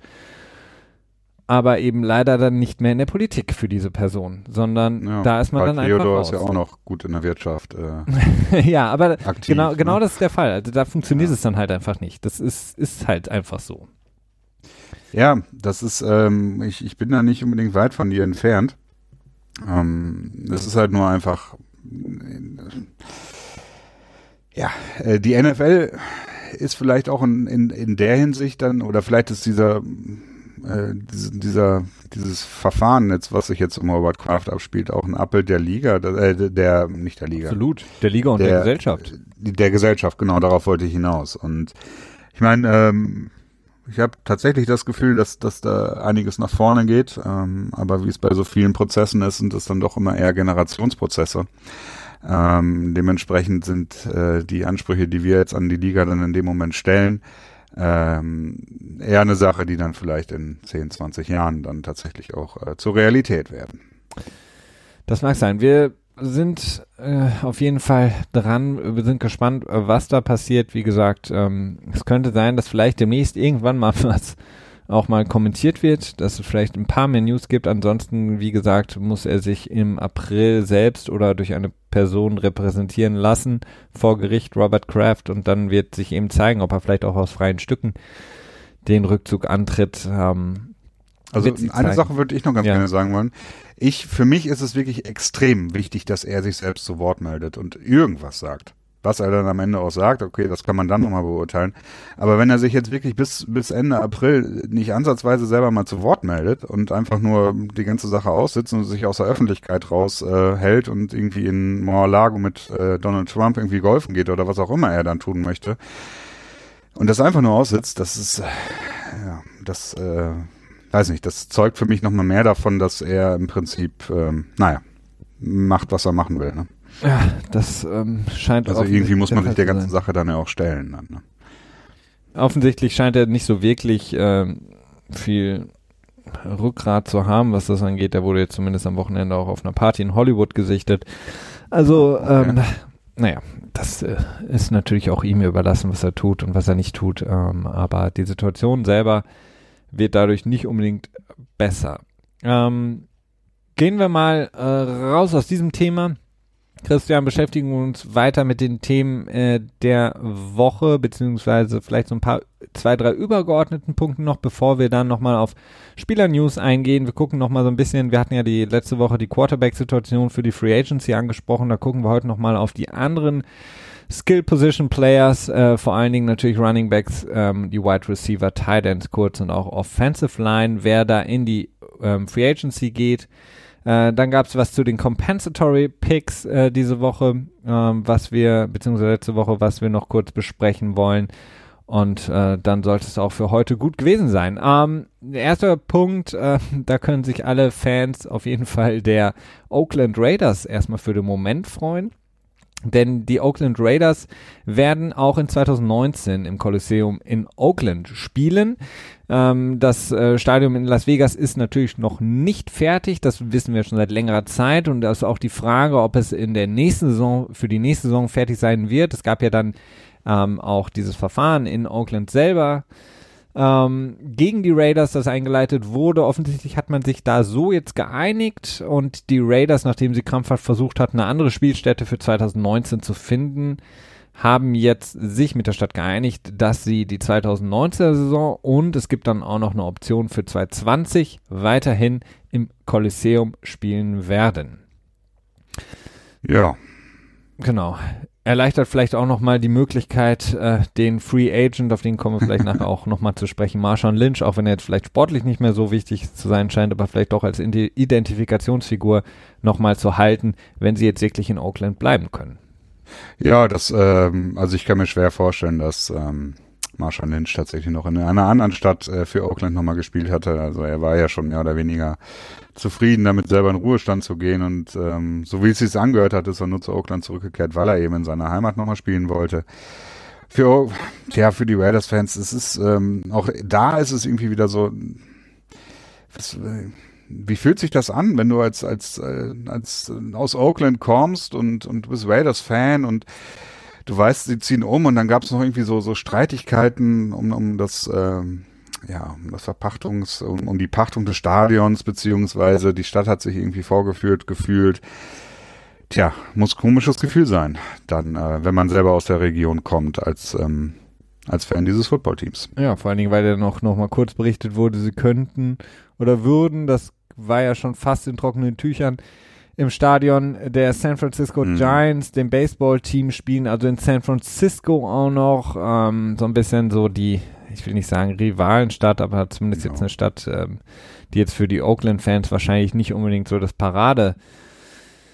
aber eben leider dann nicht mehr in der Politik für diese Person, sondern ja, da ist man dann einfach Theodor raus. Ist ja auch noch gut in der Wirtschaft. Äh, ja, aber aktiv, genau, genau ne? das ist der Fall. Also da funktioniert ja. es dann halt einfach nicht. Das ist, ist halt einfach so. Ja, das ist, ähm, ich, ich bin da nicht unbedingt weit von dir entfernt. Ähm, das ist halt nur einfach ja, die N F L ist vielleicht auch in, in, in der Hinsicht dann, oder vielleicht ist dieser, äh, dieser, dieses Verfahren jetzt, was sich jetzt um Robert Kraft abspielt, auch ein Abbild der Liga, äh, der, nicht der Liga. Absolut, der Liga und der, der Gesellschaft. Der Gesellschaft, genau, darauf wollte ich hinaus. Und Ich meine, ähm, ich habe tatsächlich das Gefühl, dass, dass da einiges nach vorne geht, ähm, aber wie es bei so vielen Prozessen ist, sind es dann doch immer eher Generationsprozesse. Ähm, dementsprechend sind äh, die Ansprüche, die wir jetzt an die Liga dann in dem Moment stellen, ähm, eher eine Sache, die dann vielleicht in zehn, zwanzig Jahren dann tatsächlich auch äh, zur Realität werden. Das mag sein. Wir sind äh, auf jeden Fall dran. Wir sind gespannt, was da passiert. Wie gesagt, ähm, es könnte sein, dass vielleicht demnächst irgendwann mal was auch mal kommentiert wird, dass es vielleicht ein paar mehr News gibt. Ansonsten, wie gesagt, muss er sich im April selbst oder durch eine Person repräsentieren lassen vor Gericht, Robert Kraft, und dann wird sich eben zeigen, ob er vielleicht auch aus freien Stücken den Rückzug antritt. Ähm, also eine zeigen. Sache würde ich noch ganz ja. gerne sagen wollen. Ich, für mich ist es wirklich extrem wichtig, dass er sich selbst zu Wort meldet und irgendwas sagt. Was er dann am Ende auch sagt, okay, das kann man dann nochmal beurteilen. Aber wenn er sich jetzt wirklich bis, bis Ende April nicht ansatzweise selber mal zu Wort meldet und einfach nur die ganze Sache aussitzt und sich aus der Öffentlichkeit raushält äh, und irgendwie in Mar-a-Lago mit äh, Donald Trump irgendwie golfen geht oder was auch immer er dann tun möchte und das einfach nur aussitzt, das ist, äh, ja, das, äh, weiß nicht, das zeugt für mich nochmal mehr davon, dass er im Prinzip, ähm, naja, macht, was er machen will, ne? Ja, das ähm, scheint also irgendwie muss man sich der ganzen Sache dann ja auch stellen. Dann, ne? Offensichtlich scheint er nicht so wirklich ähm, viel Rückgrat zu haben, was das angeht. Er wurde jetzt zumindest am Wochenende auch auf einer Party in Hollywood gesichtet. Also, okay. ähm, naja, das äh, ist natürlich auch ihm überlassen, was er tut und was er nicht tut. Ähm, aber die Situation selber wird dadurch nicht unbedingt besser. Ähm, gehen wir mal äh, raus aus diesem Thema. Christian, beschäftigen wir uns weiter mit den Themen äh, der Woche, beziehungsweise vielleicht so ein paar, zwei, drei übergeordneten Punkten noch, bevor wir dann nochmal auf Spieler-News eingehen. Wir gucken nochmal so ein bisschen, wir hatten ja die letzte Woche die Quarterback-Situation für die Free Agency angesprochen, da gucken wir heute nochmal auf die anderen Skill-Position-Players, äh, vor allen Dingen natürlich Running Backs, ähm, die Wide Receiver, Tight Ends kurz und auch Offensive Line, wer da in die ähm, Free Agency geht. Äh, dann gab es was zu den Compensatory Picks äh, diese Woche, ähm, was wir, beziehungsweise letzte Woche, was wir noch kurz besprechen wollen. Und äh, dann sollte es auch für heute gut gewesen sein. Ähm, erster Punkt, äh, da können sich alle Fans auf jeden Fall der Oakland Raiders erstmal für den Moment freuen. Denn die Oakland Raiders werden auch in zwanzig neunzehn im Kolosseum in Oakland spielen. Ähm, das äh, Stadion in Las Vegas ist natürlich noch nicht fertig, das wissen wir schon seit längerer Zeit. Und da ist auch die Frage, ob es in der nächsten Saison, für die nächste Saison fertig sein wird. Es gab ja dann ähm, auch dieses Verfahren in Oakland selber Ähm, gegen die Raiders, das eingeleitet wurde. Offensichtlich hat man sich da so jetzt geeinigt und die Raiders, nachdem sie krampfhaft versucht hatten, eine andere Spielstätte für zwanzig neunzehn zu finden, haben jetzt sich mit der Stadt geeinigt, dass sie die zwanzig neunzehner Saison und es gibt dann auch noch eine Option für zwanzig zwanzig weiterhin im Kolosseum spielen werden. Ja. Genau. Erleichtert vielleicht auch nochmal die Möglichkeit, äh, den Free Agent, auf den kommen wir vielleicht nachher auch nochmal zu sprechen, Marshawn Lynch, auch wenn er jetzt vielleicht sportlich nicht mehr so wichtig zu sein scheint, aber vielleicht doch als Identifikationsfigur nochmal zu halten, wenn sie jetzt wirklich in Oakland bleiben können. Ja, das, ähm, also ich kann mir schwer vorstellen, dass ähm, Marshawn Lynch tatsächlich noch in einer anderen Stadt äh, für Oakland nochmal gespielt hatte. Also er war ja schon mehr oder weniger zufrieden damit, selber in Ruhestand zu gehen und ähm, so wie es sich angehört hat, ist er nur zu Oakland zurückgekehrt, weil er eben in seiner Heimat nochmal spielen wollte. Für, ja, für die Raiders-Fans, es ist, ähm, auch da ist es irgendwie wieder so, was, äh, wie fühlt sich das an, wenn du als, als, äh, als äh, aus Oakland kommst und, und du bist Raiders-Fan und du weißt, sie ziehen um und dann gab es noch irgendwie so, so Streitigkeiten um, um das, ähm, ja, um das Verpachtungs, um, um die Pachtung des Stadions, beziehungsweise die Stadt hat sich irgendwie vorgeführt, gefühlt. Tja, muss komisches Gefühl sein, dann, äh, wenn man selber aus der Region kommt, als, ähm, als Fan dieses Footballteams. Ja, vor allen Dingen, weil ja noch, noch mal kurz berichtet wurde, sie könnten oder würden, das war ja schon fast in trockenen Tüchern, im Stadion der San Francisco mhm. Giants, dem Baseballteam spielen, also in San Francisco auch noch, ähm, so ein bisschen so die, ich will nicht sagen Rivalenstadt, aber zumindest genau. jetzt eine Stadt, ähm, die jetzt für die Oakland-Fans wahrscheinlich nicht unbedingt so das Parade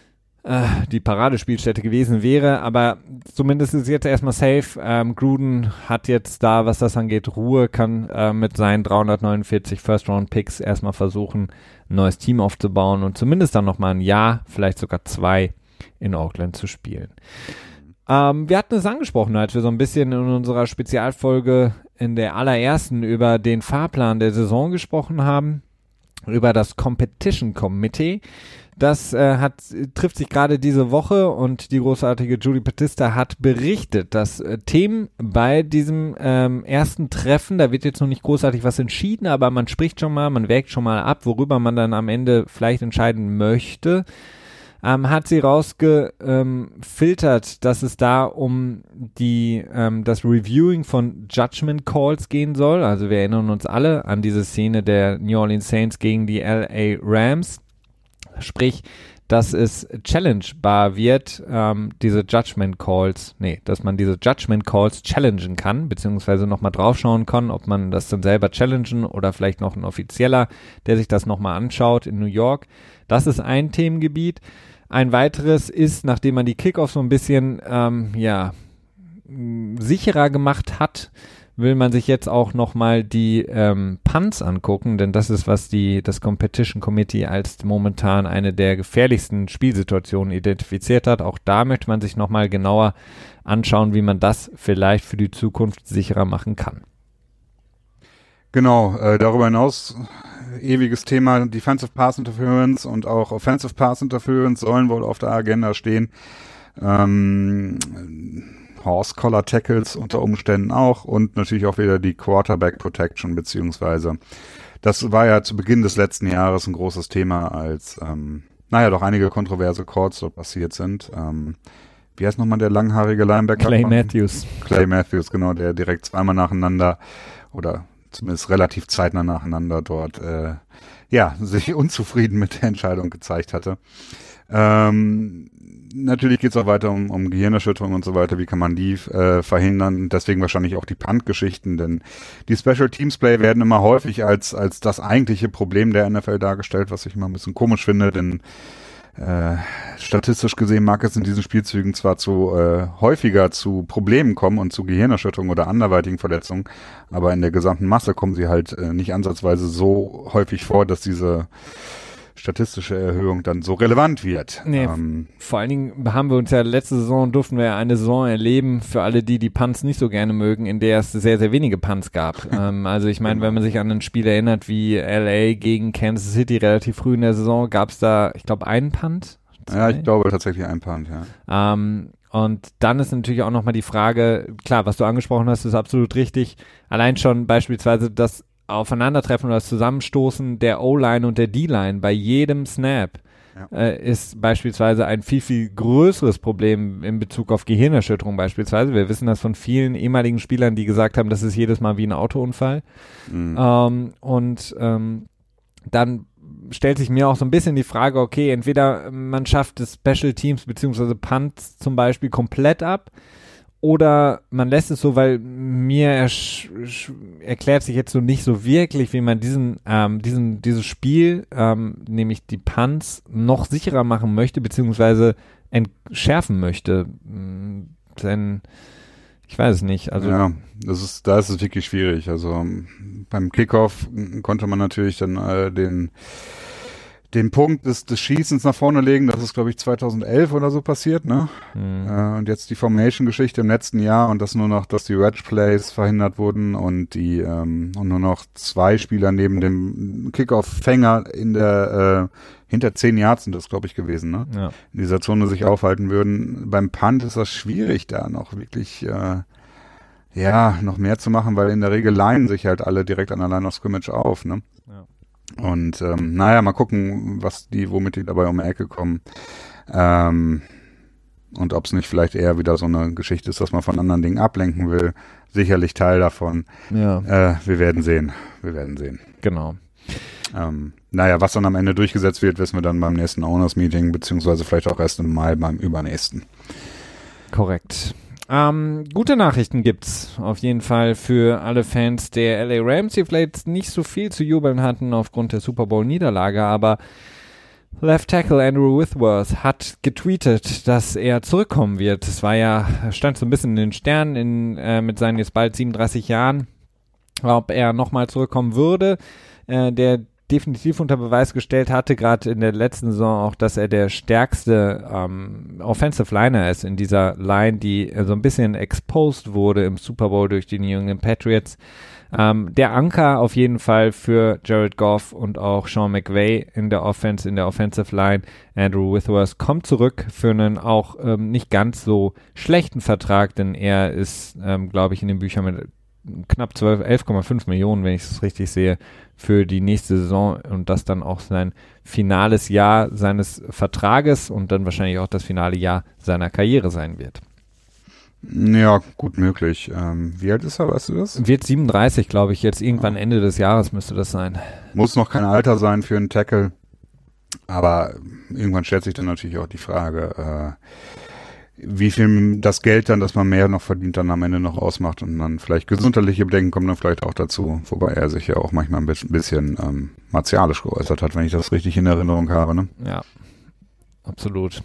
äh, die Paradespielstätte gewesen wäre, aber zumindest ist jetzt erstmal safe. Ähm, Gruden hat jetzt da, was das angeht, Ruhe, kann äh, mit seinen dreihundertneunundvierzig First-Round-Picks erstmal versuchen, ein neues Team aufzubauen und zumindest dann nochmal ein Jahr, vielleicht sogar zwei in Oakland zu spielen. Ähm, wir hatten es angesprochen, als wir so ein bisschen in unserer Spezialfolge in der allerersten über den Fahrplan der Saison gesprochen haben, über das Competition Committee. Das äh, hat, trifft sich gerade diese Woche und die großartige Julie Battista hat berichtet, dass äh, Themen bei diesem ähm, ersten Treffen, da wird jetzt noch nicht großartig was entschieden, aber man spricht schon mal, man wägt schon mal ab, worüber man dann am Ende vielleicht entscheiden möchte. Ähm, hat sie rausgefiltert, ähm, dass es da um die ähm, das Reviewing von Judgment Calls gehen soll. Also wir erinnern uns alle an diese Szene der New Orleans Saints gegen die L A Rams. Sprich, dass es challengebar wird, ähm, diese Judgment Calls, nee, dass man diese Judgment Calls challengen kann, beziehungsweise nochmal draufschauen kann, ob man das dann selber challengen oder vielleicht noch ein Offizieller, der sich das nochmal anschaut in New York. Das ist ein Themengebiet. Ein weiteres ist, nachdem man die Kickoffs so ein bisschen ähm, ja, sicherer gemacht hat, will man sich jetzt auch nochmal die ähm, Punts angucken, denn das ist, was die das Competition Committee als momentan eine der gefährlichsten Spielsituationen identifiziert hat. Auch da möchte man sich nochmal genauer anschauen, wie man das vielleicht für die Zukunft sicherer machen kann. Genau, äh, darüber hinaus ewiges Thema Defensive Pass Interference und auch Offensive Pass Interference sollen wohl auf der Agenda stehen. Ähm, Horse Collar Tackles unter Umständen auch und natürlich auch wieder die Quarterback Protection, beziehungsweise das war ja zu Beginn des letzten Jahres ein großes Thema, als ähm, naja doch einige kontroverse Calls dort passiert sind. Ähm, wie heißt nochmal der langhaarige Linebacker? Clay Matthews. Clay Matthews, genau, der direkt zweimal nacheinander oder zumindest relativ zeitnah nacheinander dort äh, ja sich unzufrieden mit der Entscheidung gezeigt hatte. Ähm, natürlich geht es auch weiter um, um Gehirnerschütterung und so weiter. Wie kann man die äh, verhindern? Deswegen wahrscheinlich auch die Punt-Geschichten, denn die Special Teams Play werden immer häufig als als das eigentliche Problem der N F L dargestellt, was ich immer ein bisschen komisch finde, denn Äh, statistisch gesehen mag es in diesen Spielzügen zwar zu äh, häufiger zu Problemen kommen und zu Gehirnerschütterungen oder anderweitigen Verletzungen, aber in der gesamten Masse kommen sie halt äh, nicht ansatzweise so häufig vor, dass diese statistische Erhöhung dann so relevant wird. Nee, ähm, vor allen Dingen haben wir uns ja letzte Saison, durften wir ja eine Saison erleben, für alle die, die Punts nicht so gerne mögen, in der es sehr, sehr wenige Punts gab. ähm, also ich meine, wenn man sich an ein Spiel erinnert wie L A gegen Kansas City relativ früh in der Saison, gab es da, ich glaube, einen Punt? Zwei? Ja, ich glaube tatsächlich einen Punt, ja. Ähm, und dann ist natürlich auch nochmal die Frage, klar, was du angesprochen hast, ist absolut richtig. Allein schon beispielsweise das Aufeinandertreffen oder das Zusammenstoßen der O-Line und der D-Line bei jedem Snap ja. äh, ist beispielsweise ein viel, viel größeres Problem in Bezug auf Gehirnerschütterung beispielsweise. Wir wissen das von vielen ehemaligen Spielern, die gesagt haben, das ist jedes Mal wie ein Autounfall. Mhm. Ähm, und ähm, dann stellt sich mir auch so ein bisschen die Frage, okay, entweder man schafft das Special Teams beziehungsweise Punts zum Beispiel komplett ab, oder man lässt es so, weil mir ersch- erklärt sich jetzt so nicht so wirklich, wie man diesen, ähm, diesen, dieses Spiel, ähm, nämlich die Punts, noch sicherer machen möchte, beziehungsweise entschärfen möchte. Denn ich weiß es nicht. Also ja, das ist, da ist es wirklich schwierig. Also beim Kickoff konnte man natürlich dann äh, den den Punkt des, des Schießens nach vorne legen, das ist, glaube ich, zweitausendelf oder so passiert, ne? Mhm. Äh, und jetzt die Formation-Geschichte im letzten Jahr und das nur noch, dass die Wedge-Plays verhindert wurden und die ähm, und nur noch zwei Spieler neben dem Kickoff-Fänger in der äh, hinter zehn Yards sind das, glaube ich, gewesen, ne? Ja. In dieser Zone sich aufhalten würden. Beim Punt ist das schwierig, da noch wirklich äh, ja, noch mehr zu machen, weil in der Regel linen sich halt alle direkt an der Line of Scrimmage auf, ne? Ja. Und ähm, naja, mal gucken, was die, womit die dabei um die Ecke kommen. Ähm, und ob es nicht vielleicht eher wieder so eine Geschichte ist, dass man von anderen Dingen ablenken will. Sicherlich Teil davon. Ja. Äh, wir werden sehen. Wir werden sehen. Genau. Ähm, naja, was dann am Ende durchgesetzt wird, wissen wir dann beim nächsten Owners Meeting, beziehungsweise vielleicht auch erst im Mai beim übernächsten. Korrekt. Ähm, gute Nachrichten gibt's auf jeden Fall für alle Fans der L A Rams, die vielleicht nicht so viel zu jubeln hatten aufgrund der Super Bowl Niederlage, aber Left Tackle Andrew Whitworth hat getweetet, dass er zurückkommen wird. Es war ja, stand so ein bisschen in den Sternen in, äh, mit seinen jetzt bald siebenunddreißig Jahren, ob er nochmal zurückkommen würde. Äh, der definitiv unter Beweis gestellt hatte, gerade in der letzten Saison auch, dass er der stärkste ähm, Offensive Liner ist in dieser Line, die äh, so ein bisschen exposed wurde im Super Bowl durch die New England Patriots. Ähm, der Anker auf jeden Fall für Jared Goff und auch Sean McVay in der Offense, in der Offensive Line. Andrew Whitworth kommt zurück für einen auch ähm, nicht ganz so schlechten Vertrag, denn er ist, ähm, glaube ich, in den Büchern mit knapp zwölf, elf Komma fünf Millionen, wenn ich es richtig sehe, für die nächste Saison und das dann auch sein finales Jahr seines Vertrages und dann wahrscheinlich auch das finale Jahr seiner Karriere sein wird. Ja, gut möglich. Ähm, wie alt ist er, weißt du das? Wird siebenunddreißig, glaube ich, jetzt irgendwann Ende des Jahres müsste das sein. Muss noch kein Alter sein für einen Tackle, aber irgendwann stellt sich dann natürlich auch die Frage, äh, wie viel das Geld dann, dass man mehr noch verdient, dann am Ende noch ausmacht und dann vielleicht gesundheitliche Bedenken kommen dann vielleicht auch dazu, wobei er sich ja auch manchmal ein bisschen, bisschen ähm, martialisch geäußert hat, wenn ich das richtig in Erinnerung habe, ne? Ja, absolut.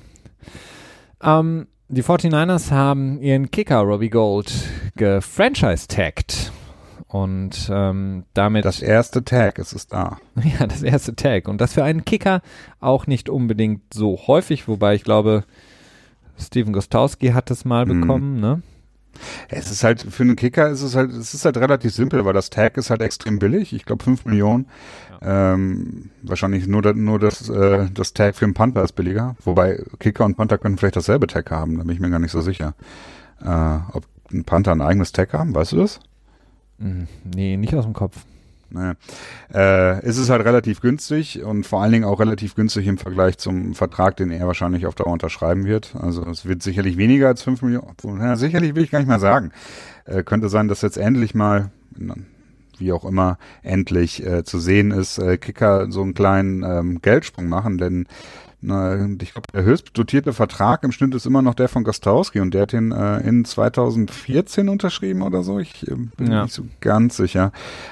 Ähm, Die forty-niners haben ihren Kicker Robbie Gould gefranchise-tagged und ähm, damit... Das erste Tag, es ist da. Ja, das erste Tag und das für einen Kicker auch nicht unbedingt so häufig, wobei ich glaube, Steven Gostkowski hat es mal mhm. bekommen, ne? Es ist halt, für einen Kicker ist es halt, es ist halt relativ simpel, weil das Tag ist halt extrem billig. Ich glaube fünf Millionen. Ja. Ähm, wahrscheinlich nur, nur das, äh, das Tag für einen Panther ist billiger. Wobei Kicker und Panther können vielleicht dasselbe Tag haben, da bin ich mir gar nicht so sicher. Äh, ob ein Panther ein eigenes Tag haben, weißt du das? Nee, nicht aus dem Kopf. Naja. Äh, es ist halt relativ günstig und vor allen Dingen auch relativ günstig im Vergleich zum Vertrag, den er wahrscheinlich auf Dauer unterschreiben wird. Also es wird sicherlich weniger als fünf Millionen, ja, sicherlich will ich gar nicht mal sagen. Äh, könnte sein, dass jetzt endlich mal, wie auch immer, endlich äh, zu sehen ist, äh, Kicker so einen kleinen ähm, Geldsprung machen, denn na, ich glaube, der höchst dotierte Vertrag im Schnitt ist immer noch der von Gostkowski und der hat den äh, in zweitausendvierzehn unterschrieben oder so. Ich äh, bin ja. nicht so ganz sicher.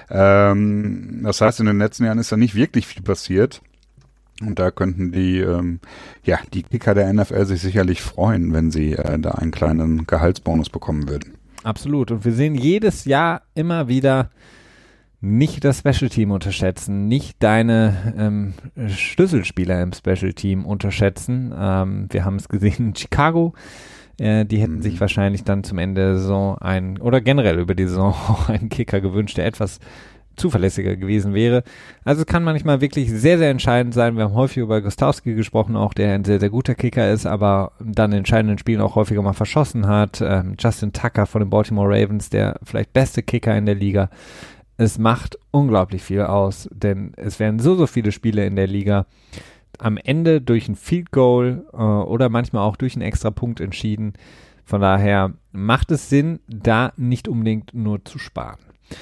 Ähm, das heißt, in den letzten Jahren ist da nicht wirklich viel passiert. Und da könnten die, ähm, ja, die Kicker der N F L sich sicherlich freuen, wenn sie äh, da einen kleinen Gehaltsbonus bekommen würden. Absolut. Und wir sehen jedes Jahr immer wieder, nicht das Special Team unterschätzen, nicht deine ähm, Schlüsselspieler im Special Team unterschätzen. Ähm, wir haben es gesehen in Chicago. Äh, die hätten mhm. sich wahrscheinlich dann zum Ende der Saison einen, oder generell über die Saison auch einen Kicker gewünscht, der etwas zuverlässiger gewesen wäre. Also es kann manchmal wirklich sehr, sehr entscheidend sein. Wir haben häufig über Gostkowski gesprochen, auch der ein sehr, sehr guter Kicker ist, aber dann in entscheidenden Spielen auch häufiger mal verschossen hat. Ähm, Justin Tucker von den Baltimore Ravens, der vielleicht beste Kicker in der Liga. Es macht unglaublich viel aus, denn es werden so, so viele Spiele in der Liga am Ende durch ein Field Goal äh, oder manchmal auch durch einen extra Punkt entschieden. Von daher macht es Sinn, da nicht unbedingt nur zu sparen.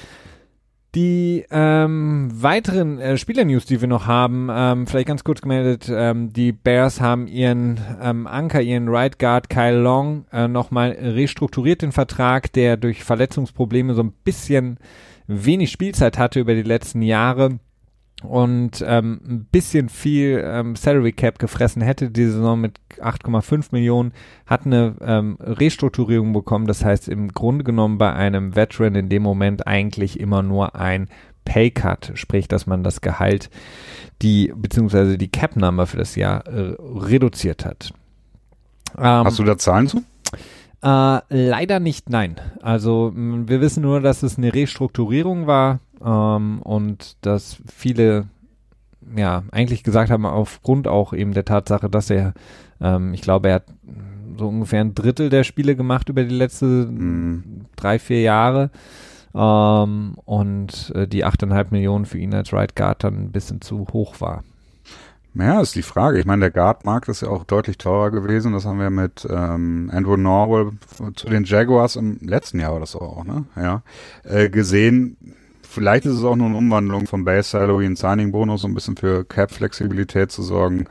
Die ähm, weiteren äh, Spieler-News, die wir noch haben, ähm, vielleicht ganz kurz gemeldet, ähm, die Bears haben ihren ähm, Anker, ihren Right Guard Kyle Long äh, nochmal restrukturiert, den Vertrag, der durch Verletzungsprobleme so ein bisschen wenig Spielzeit hatte über die letzten Jahre und ähm, ein bisschen viel ähm, Salary Cap gefressen hätte die Saison mit acht Komma fünf Millionen, hat eine ähm, Restrukturierung bekommen, das heißt im Grunde genommen bei einem Veteran in dem Moment eigentlich immer nur ein Pay Cut, sprich, dass man das Gehalt, die beziehungsweise die Cap Number für das Jahr äh, reduziert hat. Ähm, Hast du da Zahlen zu? Äh, leider nicht, nein. Also m, wir wissen nur, dass es eine Restrukturierung war ähm, und dass viele ja eigentlich gesagt haben, aufgrund auch eben der Tatsache, dass er, ähm, ich glaube, er hat so ungefähr ein Drittel der Spiele gemacht über die letzten mm. drei, vier Jahre ähm, und äh, die acht Komma fünf Millionen für ihn als Right Guard dann ein bisschen zu hoch war. Ja, ist die Frage. Ich meine, der Guard-Markt ist ja auch deutlich teurer gewesen. Das haben wir mit ähm, Andrew Norwell zu den Jaguars im letzten Jahr oder so auch, ne? Ja, äh, gesehen. Vielleicht ist es auch nur eine Umwandlung vom Base Salary in Signing-Bonus, um ein bisschen für Cap-Flexibilität zu sorgen.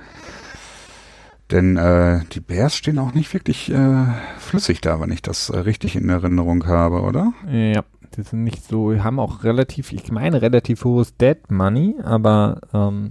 Denn äh, die Bears stehen auch nicht wirklich äh, flüssig da, wenn ich das äh, richtig in Erinnerung habe, oder? Ja, die sind nicht so, haben auch relativ, ich meine, relativ hohes Dead Money, aber ähm,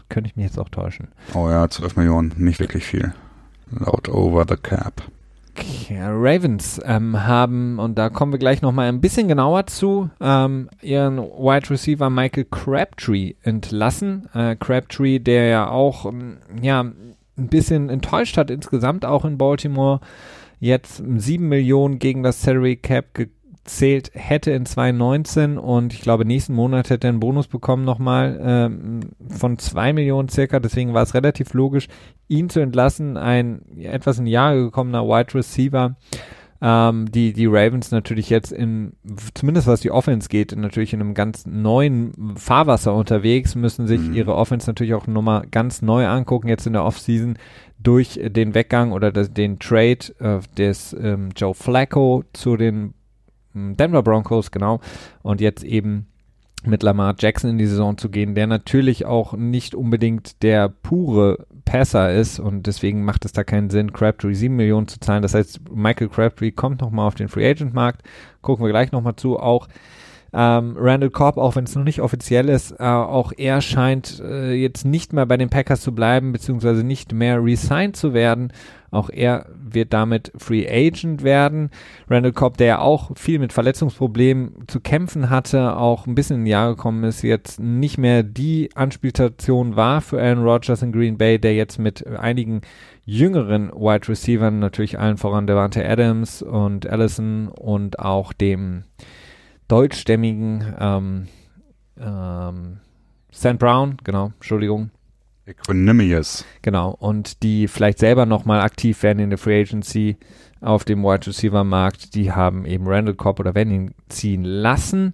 könnte ich mich jetzt auch täuschen. Oh ja, zwölf Millionen, nicht wirklich viel. Laut over the cap. Okay, Ravens ähm, haben, und da kommen wir gleich nochmal ein bisschen genauer zu, ähm, ihren Wide Receiver Michael Crabtree entlassen. Äh, Crabtree, der ja auch ähm, ja, ein bisschen enttäuscht hat insgesamt auch in Baltimore, jetzt sieben Millionen gegen das Salary Cap gezählt hätte in zwanzig neunzehn und ich glaube nächsten Monat hätte er einen Bonus bekommen nochmal ähm, von zwei Millionen circa, deswegen war es relativ logisch, ihn zu entlassen, ein etwas in Jahre gekommener Wide Receiver, ähm, die die Ravens natürlich jetzt in, zumindest was die Offense geht, natürlich in einem ganz neuen Fahrwasser unterwegs, müssen sich mhm. ihre Offense natürlich auch nochmal ganz neu angucken, jetzt in der Offseason durch den Weggang oder das, den Trade äh, des ähm, Joe Flacco zu den Denver Broncos, genau, und jetzt eben mit Lamar Jackson in die Saison zu gehen, der natürlich auch nicht unbedingt der pure Passer ist und deswegen macht es da keinen Sinn, Crabtree sieben Millionen zu zahlen. Das heißt, Michael Crabtree kommt nochmal auf den Free Agent Markt, gucken wir gleich nochmal zu. Auch ähm, Randall Cobb, auch wenn es noch nicht offiziell ist, äh, auch er scheint äh, jetzt nicht mehr bei den Packers zu bleiben, beziehungsweise nicht mehr resigned zu werden. Auch er wird damit Free Agent werden. Randall Cobb, der ja auch viel mit Verletzungsproblemen zu kämpfen hatte, auch ein bisschen in die Jahre gekommen ist, jetzt nicht mehr die Anspielstation war für Aaron Rodgers in Green Bay, der jetzt mit einigen jüngeren Wide Receivern, natürlich allen voran Davante Adams und Allison und auch dem deutschstämmigen ähm, ähm, Saint Brown, genau, Entschuldigung, Equanimous. Genau, und die vielleicht selber nochmal aktiv werden in der Free Agency auf dem Wide Receiver Markt, die haben eben Randall Cobb oder werden ihn ziehen lassen.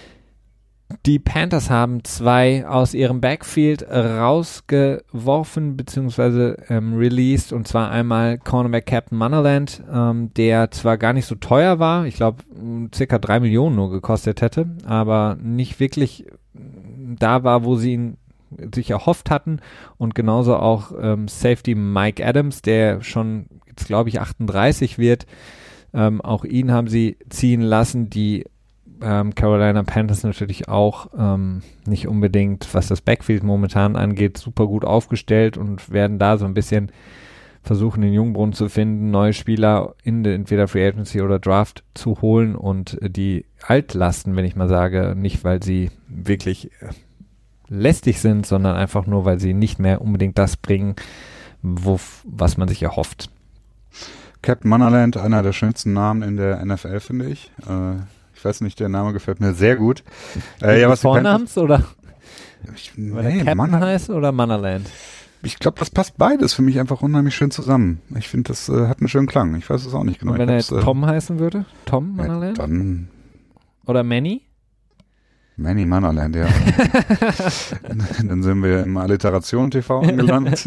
Die Panthers haben zwei aus ihrem Backfield rausgeworfen bzw. Ähm, released, und zwar einmal Cornerback Captain Munnerland, ähm, der zwar gar nicht so teuer war, ich glaube circa drei Millionen nur gekostet hätte, aber nicht wirklich da war, wo sie ihn sich erhofft hatten, und genauso auch ähm, Safety Mike Adams, der schon jetzt glaube ich achtunddreißig wird, ähm, auch ihn haben sie ziehen lassen. Die ähm, Carolina Panthers natürlich auch ähm, nicht unbedingt, was das Backfield momentan angeht, super gut aufgestellt und werden da so ein bisschen versuchen, den Jungbrunnen zu finden, neue Spieler in der entweder Free Agency oder Draft zu holen und die Altlasten, wenn ich mal sage, nicht weil sie wirklich lästig sind, sondern einfach nur, weil sie nicht mehr unbedingt das bringen, wo, was man sich erhofft. Captain Munnerland, einer der schönsten Namen in der N F L, finde ich. Äh, ich weiß nicht, der Name gefällt mir sehr gut. Äh, ja, was Vornamens oder? Ich, weil nee, der Captain Munner- heißt oder Munnerland? Ich glaube, das passt beides für mich einfach unheimlich schön zusammen. Ich finde, das äh, hat einen schönen Klang. Ich weiß es auch nicht genau. Und wenn er jetzt äh, Tom heißen würde? Tom Munnerland? Ja, dann oder Manny? Manny Munnerland, ja. Dann sind wir im Alliteration-T V angelangt.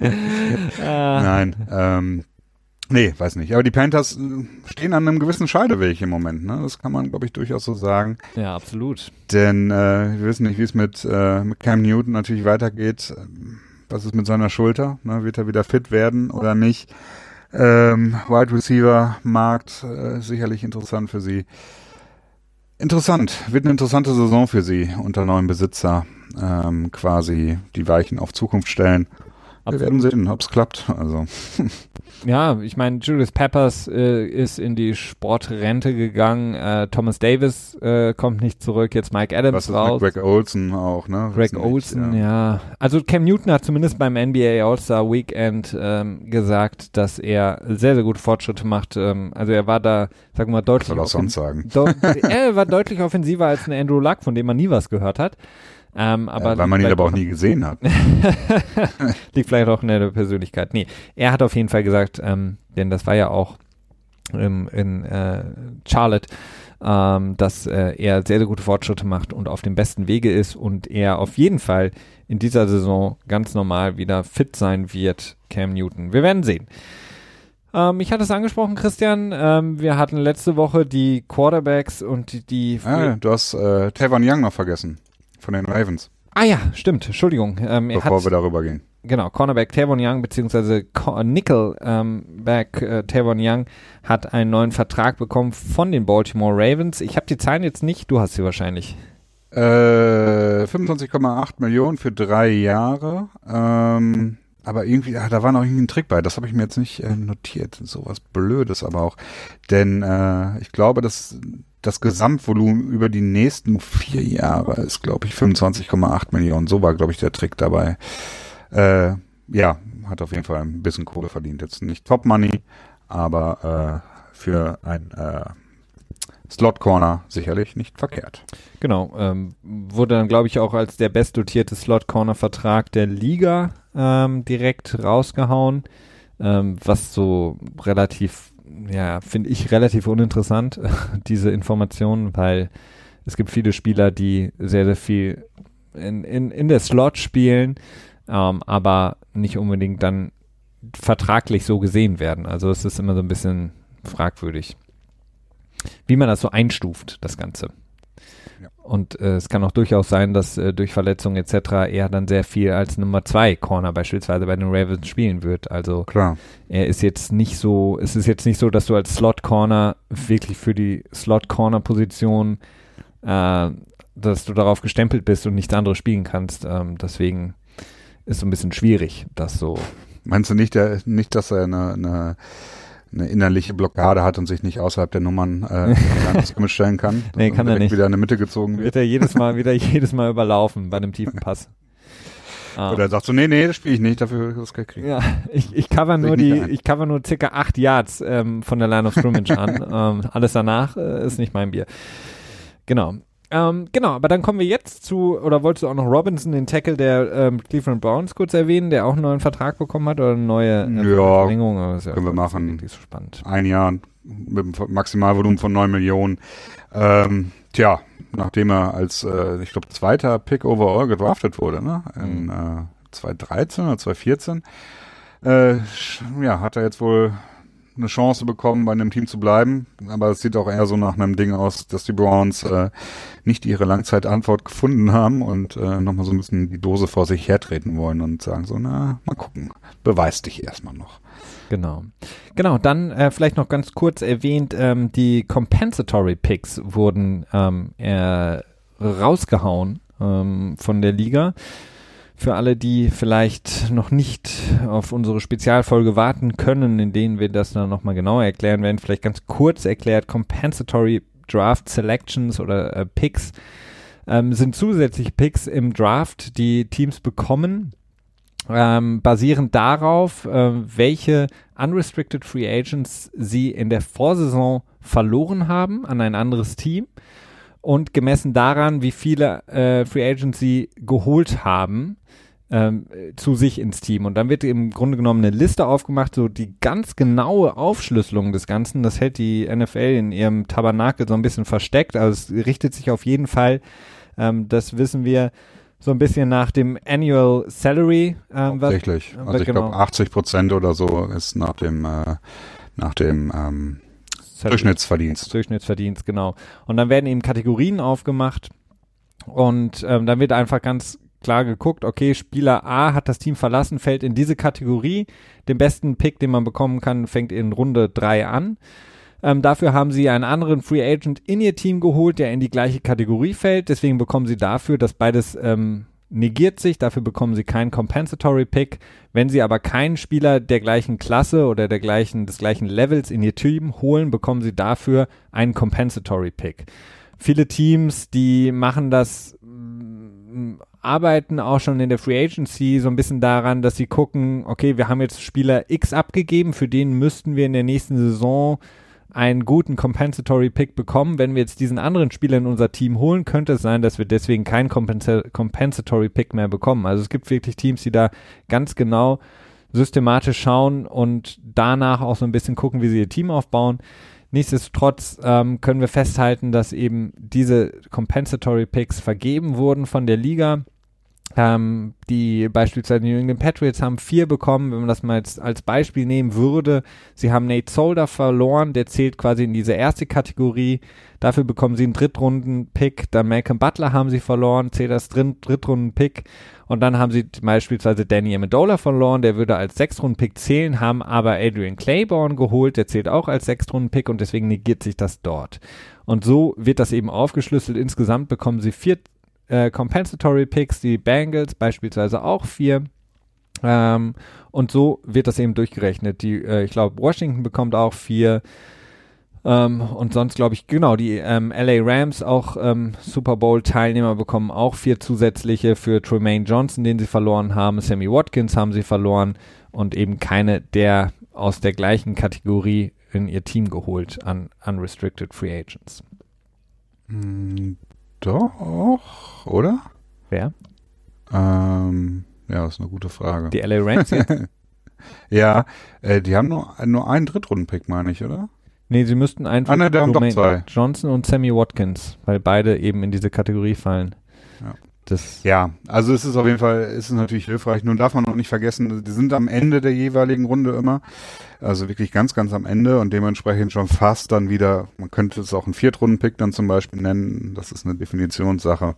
Nein, ähm, nee, weiß nicht. Aber die Panthers stehen an einem gewissen Scheideweg im Moment, ne? Das kann man, glaube ich, durchaus so sagen. Ja, absolut. Denn äh, wir wissen nicht, wie es mit, äh, mit Cam Newton natürlich weitergeht. Was ist mit seiner Schulter? Ne? Wird er wieder fit werden oder nicht? Ähm, Wide Receiver Markt, äh, sicherlich interessant für sie. Interessant, wird eine interessante Saison für sie unter neuem Besitzer, ähm, quasi die Weichen auf Zukunft stellen. Wir Absolut. werden sehen, ob es klappt. Also. Ja, ich meine, Julius Peppers äh, ist in die Sportrente gegangen, äh, Thomas Davis äh, kommt nicht zurück, jetzt Mike Adams Was ist raus. Mit Greg Olsen auch, ne? Greg Olsen, ja. ja. Also Cam Newton hat zumindest beim N B A All-Star Weekend ähm, gesagt, dass er sehr, sehr gute Fortschritte macht. Ähm, also er war da, sagen wir mal, deutlich, was soll auch sonst sagen? Deut- er war deutlich offensiver als ein Andrew Luck, von dem man nie was gehört hat. Ähm, aber ja, weil man ihn aber auch nie gesehen hat. Liegt vielleicht auch in der Persönlichkeit. Nee, er hat auf jeden Fall gesagt, ähm, denn das war ja auch ähm, in äh, Charlotte, ähm, dass äh, er sehr, sehr gute Fortschritte macht und auf dem besten Wege ist und er auf jeden Fall in dieser Saison ganz normal wieder fit sein wird, Cam Newton. Wir werden sehen. Ähm, ich hatte es angesprochen, Christian, ähm, wir hatten letzte Woche die Quarterbacks und die... die ah, du hast äh, Tavon Young noch vergessen. Von den Ravens. Ah ja, stimmt, Entschuldigung. Ähm, Bevor hat, wir darüber gehen. Genau, Cornerback Tavon Young beziehungsweise Nickelback ähm, äh, Tavon Young hat einen neuen Vertrag bekommen von den Baltimore Ravens. Ich habe die Zahlen jetzt nicht, du hast sie wahrscheinlich. Äh, fünfundzwanzig Komma acht Millionen für drei Jahre. Ähm, aber irgendwie, ach, da war noch irgendwie ein Trick bei. Das habe ich mir jetzt nicht äh, notiert. Sowas Blödes aber auch. Denn äh, ich glaube, dass das Gesamtvolumen über die nächsten vier Jahre ist, glaube ich, fünfundzwanzig Komma acht Millionen. So war, glaube ich, der Trick dabei. Äh, ja, hat auf jeden Fall ein bisschen Kohle verdient. Jetzt nicht Top Money, aber äh, für ein äh, Slot Corner sicherlich nicht verkehrt. Genau, ähm, wurde dann, glaube ich, auch als der bestdotierte Slot Corner Vertrag der Liga ähm, direkt rausgehauen, ähm, was so relativ, ja, finde ich relativ uninteressant, diese Informationen, weil es gibt viele Spieler, die sehr, sehr viel in, in, in der Slot spielen, ähm, aber nicht unbedingt dann vertraglich so gesehen werden. Also es ist immer so ein bisschen fragwürdig, wie man das so einstuft, das Ganze. Ja. Und äh, es kann auch durchaus sein, dass äh, durch Verletzungen et cetera er dann sehr viel als Nummer zwei Corner beispielsweise bei den Ravens spielen wird. Also klar, er ist jetzt nicht so, es ist jetzt nicht so, dass du als Slot Corner wirklich für die Slot Corner Position, äh, dass du darauf gestempelt bist und nichts anderes spielen kannst. Ähm, deswegen ist so ein bisschen schwierig, das so. Meinst du nicht, der, nicht, dass er eine, eine eine innerliche Blockade hat und sich nicht außerhalb der Nummern äh, stellen kann? Nee, kann er nicht. Wieder in die Mitte gezogen wird. Wird er jedes Mal wieder jedes Mal überlaufen bei einem tiefen Pass. Ah. Oder er sagt so, nee, nee, das spiele ich nicht, dafür das Geld kriegen. Ja, ich, ich cover nur die, ich cover nur circa acht Yards ähm, von der Line of Scrimmage an. ähm, alles danach äh, ist nicht mein Bier. Genau. Ähm, genau, aber dann kommen wir jetzt zu, oder wolltest du auch noch Robinson, den Tackle der ähm, Cleveland Browns, kurz erwähnen, der auch einen neuen Vertrag bekommen hat oder eine neue äh, ja, Verlängerung? Ja, können wir machen. Das ist so spannend. Ein Jahr mit einem Maximalvolumen von neun Millionen. Ähm, tja, nachdem er als, äh, ich glaube, zweiter Pick overall gedraftet wurde, ne? In mhm. äh, zwanzig dreizehn oder zwanzig vierzehn. Äh, ja, hat er jetzt wohl eine Chance bekommen, bei einem Team zu bleiben, aber es sieht auch eher so nach einem Ding aus, dass die Browns äh, nicht ihre Langzeitantwort gefunden haben und äh, nochmal so ein bisschen die Dose vor sich hertreten wollen und sagen so, na, mal gucken, beweis dich erstmal noch. Genau. Genau, dann äh, vielleicht noch ganz kurz erwähnt, ähm, die Compensatory Picks wurden ähm, äh, rausgehauen ähm, von der Liga. Für alle, die vielleicht noch nicht auf unsere Spezialfolge warten können, in denen wir das dann nochmal genauer erklären werden, vielleicht ganz kurz erklärt, Compensatory Draft Selections oder äh, Picks ähm, sind zusätzliche Picks im Draft, die Teams bekommen, ähm, basierend darauf, äh, welche Unrestricted Free Agents sie in der Vorsaison verloren haben an ein anderes Team und gemessen daran, wie viele äh, Free Agents sie geholt haben, Ähm, zu sich ins Team. Und dann wird im Grunde genommen eine Liste aufgemacht, so die ganz genaue Aufschlüsselung des Ganzen, das hält die N F L in ihrem Tabernakel so ein bisschen versteckt, also es richtet sich auf jeden Fall, ähm, das wissen wir, so ein bisschen nach dem Annual Salary. Ähm, Tatsächlich. Was, also ich genau. glaube achtzig Prozent oder so ist nach dem, äh, nach dem ähm, Durchschnittsverdienst. Durchschnittsverdienst, genau. Und dann werden eben Kategorien aufgemacht und ähm, dann wird einfach ganz klar geguckt, okay, Spieler A hat das Team verlassen, fällt in diese Kategorie. Den besten Pick, den man bekommen kann, fängt in Runde drei an. Ähm, dafür haben sie einen anderen Free Agent in ihr Team geholt, der in die gleiche Kategorie fällt. Deswegen bekommen sie dafür, dass beides ähm, negiert sich. Dafür bekommen sie keinen Compensatory Pick. Wenn sie aber keinen Spieler der gleichen Klasse oder der gleichen, des gleichen Levels in ihr Team holen, bekommen sie dafür einen Compensatory Pick. Viele Teams, die machen das arbeiten auch schon in der Free Agency so ein bisschen daran, dass sie gucken, okay, wir haben jetzt Spieler X abgegeben, für den müssten wir in der nächsten Saison einen guten Compensatory Pick bekommen. Wenn wir jetzt diesen anderen Spieler in unser Team holen, könnte es sein, dass wir deswegen keinen Compensa- Compensatory Pick mehr bekommen. Also es gibt wirklich Teams, die da ganz genau systematisch schauen und danach auch so ein bisschen gucken, wie sie ihr Team aufbauen. Nichtsdestotrotz ähm, können wir festhalten, dass eben diese Compensatory Picks vergeben wurden von der Liga. Ähm, die beispielsweise New England Patriots haben vier bekommen, wenn man das mal jetzt als Beispiel nehmen würde. Sie haben Nate Solder verloren, der zählt quasi in diese erste Kategorie. Dafür bekommen sie einen Drittrunden-Pick. Dann Malcolm Butler haben sie verloren, zählt als Drittrunden-Pick. Und dann haben sie beispielsweise Danny Amendola verloren, der würde als Sechstrunden-Pick zählen, haben aber Adrian Claiborne geholt, der zählt auch als Sechstrunden-Pick und deswegen negiert sich das dort. Und so wird das eben aufgeschlüsselt. Insgesamt bekommen sie vier äh, Compensatory Picks, die Bengals beispielsweise auch vier. Ähm, und so wird das eben durchgerechnet. Die, äh, ich glaube, Washington bekommt auch vier. Ähm, und sonst glaube ich, genau, die ähm, L A Rams, auch ähm, Super Bowl-Teilnehmer, bekommen auch vier zusätzliche für Tremaine Johnson, den sie verloren haben. Sammy Watkins haben sie verloren und eben keine der aus der gleichen Kategorie in ihr Team geholt an Unrestricted Free Agents. Mm, doch, oder? Wer? Ähm, ja, das ist eine gute Frage. Die L A Rams jetzt? Ja, äh, die haben nur, nur einen Drittrunden-Pick, meine ich, oder? Nee, sie müssten einfach Ah, ne, da haben doch zwei. Johnson und Sammy Watkins, weil beide eben in diese Kategorie fallen. Ja. Das Ja, also es ist auf jeden Fall, es ist natürlich hilfreich. Nun darf man auch nicht vergessen, die sind am Ende der jeweiligen Runde immer. Also wirklich ganz, ganz am Ende und dementsprechend schon fast dann wieder, man könnte es auch einen Viertrunden-Pick dann zum Beispiel nennen, das ist eine Definitionssache.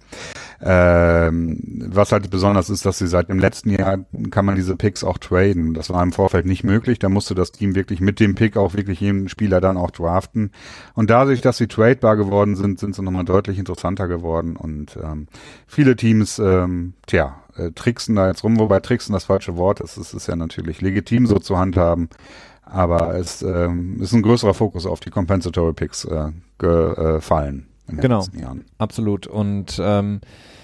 Ähm, was halt besonders ist, dass sie seit dem letzten Jahr kann man diese Picks auch traden. Das war im Vorfeld nicht möglich, da musste das Team wirklich mit dem Pick auch wirklich jeden Spieler dann auch draften. Und dadurch, dass sie tradebar geworden sind, sind sie nochmal deutlich interessanter geworden und ähm, viele Teams, ähm, tja, äh, tricksen da jetzt rum, wobei tricksen das falsche Wort ist. Es ist ja natürlich legitim so zu handhaben. Aber es ähm, ist ein größerer Fokus auf die Compensatory Picks äh, gefallen in den genau, letzten Jahren. Absolut. Und ähm,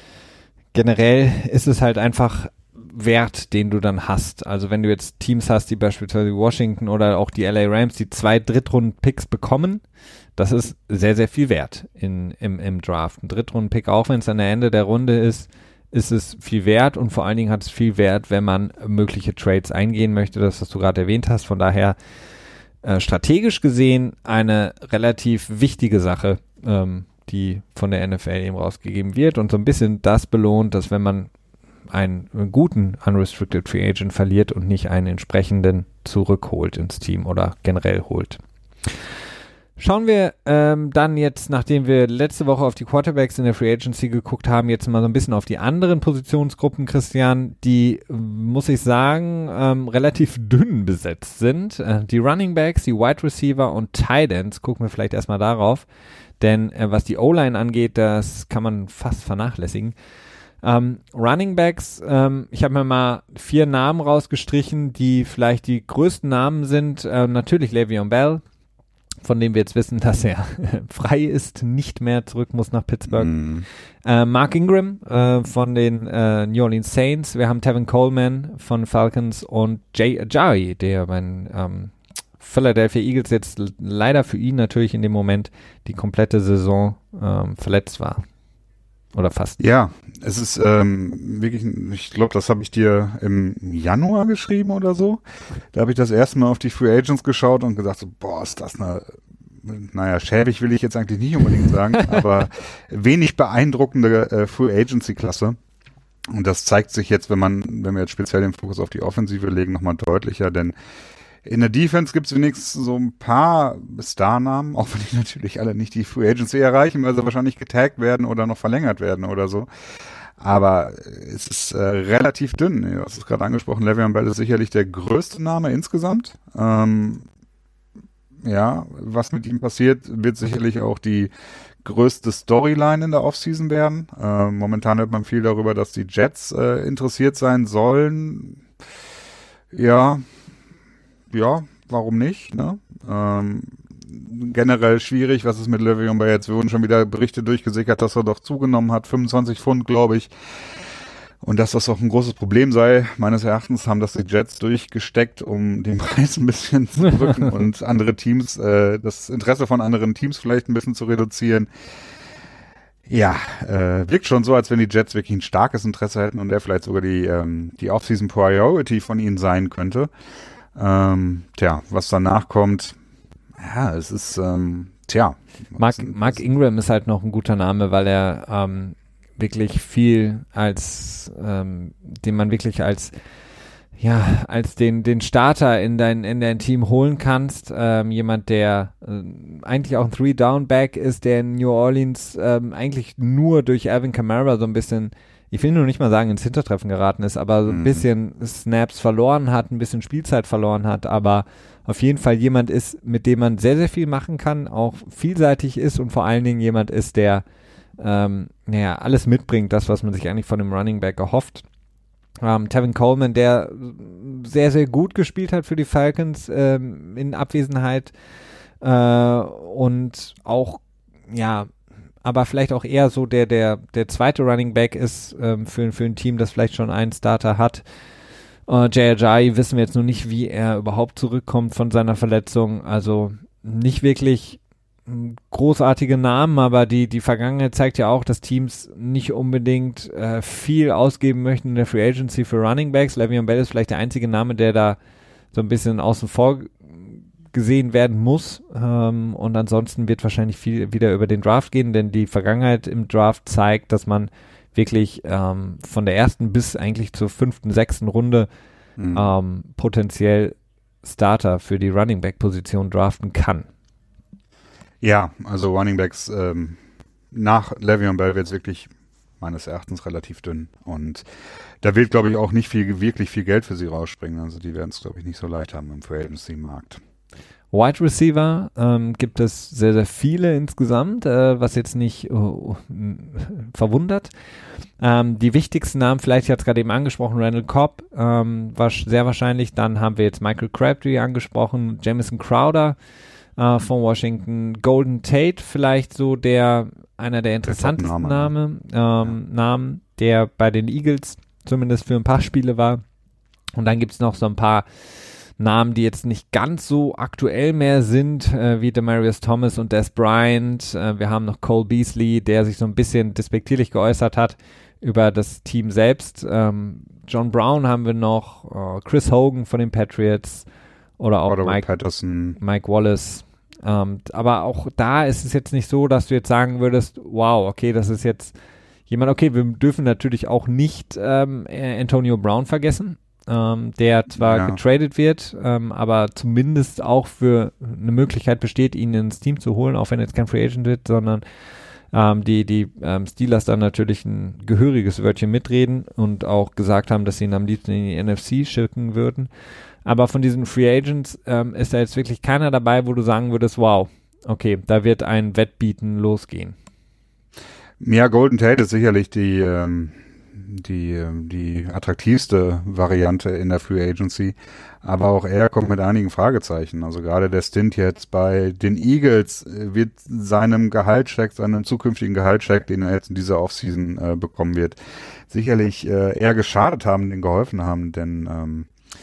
generell ist es halt einfach Wert, den du dann hast. Also wenn du jetzt Teams hast, die beispielsweise Washington oder auch die L A Rams, die zwei Drittrunden-Picks bekommen, das ist sehr, sehr viel wert in, im, im Draft. Ein Drittrunden-Pick, auch wenn es am Ende der Runde ist, ist es viel wert und vor allen Dingen hat es viel Wert, wenn man mögliche Trades eingehen möchte, das, was du gerade erwähnt hast. Von daher äh, strategisch gesehen eine relativ wichtige Sache, ähm, die von der N F L eben rausgegeben wird und so ein bisschen das belohnt, dass wenn man einen, einen guten Unrestricted Free Agent verliert und nicht einen entsprechenden zurückholt ins Team oder generell holt. Schauen wir ähm, dann jetzt, nachdem wir letzte Woche auf die Quarterbacks in der Free Agency geguckt haben, jetzt mal so ein bisschen auf die anderen Positionsgruppen, Christian, die, muss ich sagen, ähm, relativ dünn besetzt sind. Äh, die Running Backs, die Wide Receiver und Tight Ends, gucken wir vielleicht erstmal darauf, denn äh, was die O-Line angeht, das kann man fast vernachlässigen. Ähm, Running Backs, ähm, ich habe mir mal vier Namen rausgestrichen, die vielleicht die größten Namen sind. Äh, natürlich Le'Veon Bell, von dem wir jetzt wissen, dass er frei ist, nicht mehr zurück muss nach Pittsburgh. Mm. Äh, Mark Ingram äh, von den äh, New Orleans Saints. Wir haben Tevin Coleman von Falcons und Jay Ajayi, der bei den ähm, Philadelphia Eagles jetzt leider für ihn natürlich in dem Moment die komplette Saison ähm, verletzt war. Oder fast. Ja, es ist ähm, wirklich, ich glaube, das habe ich dir im Januar geschrieben oder so. Da habe ich das erste Mal auf die Free Agents geschaut und gesagt, so, boah, ist das eine, naja, schäbig will ich jetzt eigentlich nicht unbedingt sagen, aber wenig beeindruckende äh, Free Agency-Klasse. Und das zeigt sich jetzt, wenn man, wenn wir jetzt speziell den Fokus auf die Offensive legen, nochmal deutlicher, denn in der Defense gibt es wenigstens so ein paar Starnamen, auch wenn die natürlich alle nicht die Free Agency erreichen, weil sie wahrscheinlich getaggt werden oder noch verlängert werden oder so. Aber es ist äh, relativ dünn. Du hast es gerade angesprochen, Le'Veon Bell ist sicherlich der größte Name insgesamt. Ähm, ja, was mit ihm passiert, wird sicherlich auch die größte Storyline in der Offseason werden. Äh, momentan hört man viel darüber, dass die Jets äh, interessiert sein sollen. Ja, ja, warum nicht, ne? Ähm, generell schwierig, was ist mit Le'Veon Bell jetzt? Wir wurden schon wieder Berichte durchgesickert, dass er doch zugenommen hat, fünfundzwanzig Pfund, glaube ich. Und dass das auch ein großes Problem sei. Meines Erachtens haben das die Jets durchgesteckt, um den Preis ein bisschen zu drücken und andere Teams, äh, das Interesse von anderen Teams vielleicht ein bisschen zu reduzieren. Ja, äh, wirkt schon so, als wenn die Jets wirklich ein starkes Interesse hätten und er vielleicht sogar die, ähm, die Offseason Priority von ihnen sein könnte. Ähm, tja, was danach kommt, ja, es ist, ähm, tja. Mark, Mark Ingram ist halt noch ein guter Name, weil er ähm, wirklich viel als, ähm, den man wirklich als, ja, als den den Starter in dein in dein Team holen kannst. Ähm, jemand, der äh, eigentlich auch ein Three-Down-Back ist, der in New Orleans ähm, eigentlich nur durch Alvin Kamara so ein bisschen, ich will nur nicht mal sagen, ins Hintertreffen geraten ist, aber so ein mhm. bisschen Snaps verloren hat, ein bisschen Spielzeit verloren hat, aber auf jeden Fall jemand ist, mit dem man sehr, sehr viel machen kann, auch vielseitig ist und vor allen Dingen jemand ist, der ähm, naja, alles mitbringt, das, was man sich eigentlich von dem Running Back erhofft. Ähm, Tevin Coleman, der sehr, sehr gut gespielt hat für die Falcons ähm, in Abwesenheit äh, und auch, ja, aber vielleicht auch eher so der, der, der zweite Running Back ist ähm, für, für ein Team, das vielleicht schon einen Starter hat. Uh, Jay Ajayi wissen wir jetzt noch nicht, wie er überhaupt zurückkommt von seiner Verletzung. Also nicht wirklich großartige Namen, aber die, die Vergangenheit zeigt ja auch, dass Teams nicht unbedingt äh, viel ausgeben möchten in der Free Agency für Running Backs. Le'Veon Bell ist vielleicht der einzige Name, der da so ein bisschen außen vor gesehen werden muss. Ähm, und ansonsten wird wahrscheinlich viel wieder über den Draft gehen, denn die Vergangenheit im Draft zeigt, dass man wirklich ähm, von der ersten bis eigentlich zur fünften, sechsten Runde mhm. ähm, potenziell Starter für die Running Back Position draften kann. Ja, also Running Backs ähm, nach Le'Veon Bell wird es wirklich meines Erachtens relativ dünn und da wird, glaube ich, auch nicht viel, wirklich viel Geld für sie rausspringen. Also die werden es, glaube ich, nicht so leicht haben im Free Agency Markt. Wide Receiver ähm, gibt es sehr, sehr viele insgesamt, äh, was jetzt nicht uh, verwundert. Ähm, die wichtigsten Namen, vielleicht, ich hatte es gerade eben angesprochen, Randall Cobb ähm, war sehr wahrscheinlich. Dann haben wir jetzt Michael Crabtree angesprochen, Jamison Crowder äh, von Washington, Golden Tate vielleicht so der, einer der interessantesten der Name, ähm, ja. Namen, der bei den Eagles zumindest für ein paar Spiele war. Und dann gibt es noch so ein paar Namen, die jetzt nicht ganz so aktuell mehr sind, äh, wie Demaryius Thomas und Dez Bryant. Äh, wir haben noch Cole Beasley, der sich so ein bisschen despektierlich geäußert hat über das Team selbst. Ähm, John Brown haben wir noch, äh, Chris Hogan von den Patriots oder auch Mike, Patterson. Mike Wallace. Ähm, aber auch da ist es jetzt nicht so, dass du jetzt sagen würdest, wow, okay, das ist jetzt jemand, okay, wir dürfen natürlich auch nicht ähm, Antonio Brown vergessen. Ähm, der zwar ja. getradet wird, ähm, aber zumindest auch für eine Möglichkeit besteht, ihn ins Team zu holen, auch wenn er jetzt kein Free Agent wird, sondern ähm, die, die ähm, Steelers dann natürlich ein gehöriges Wörtchen mitreden und auch gesagt haben, dass sie ihn am liebsten in die N F C schicken würden. Aber von diesen Free Agents ähm, ist da jetzt wirklich keiner dabei, wo du sagen würdest, wow, okay, da wird ein Wettbieten losgehen. Ja, Golden Tate ist sicherlich die ähm die die attraktivste Variante in der Free Agency, aber auch er kommt mit einigen Fragezeichen. Also gerade der Stint jetzt bei den Eagles wird seinem Gehaltscheck, seinem zukünftigen Gehaltscheck, den er jetzt in dieser Offseason äh, bekommen wird, sicherlich äh, eher geschadet haben, den geholfen haben, denn ähm,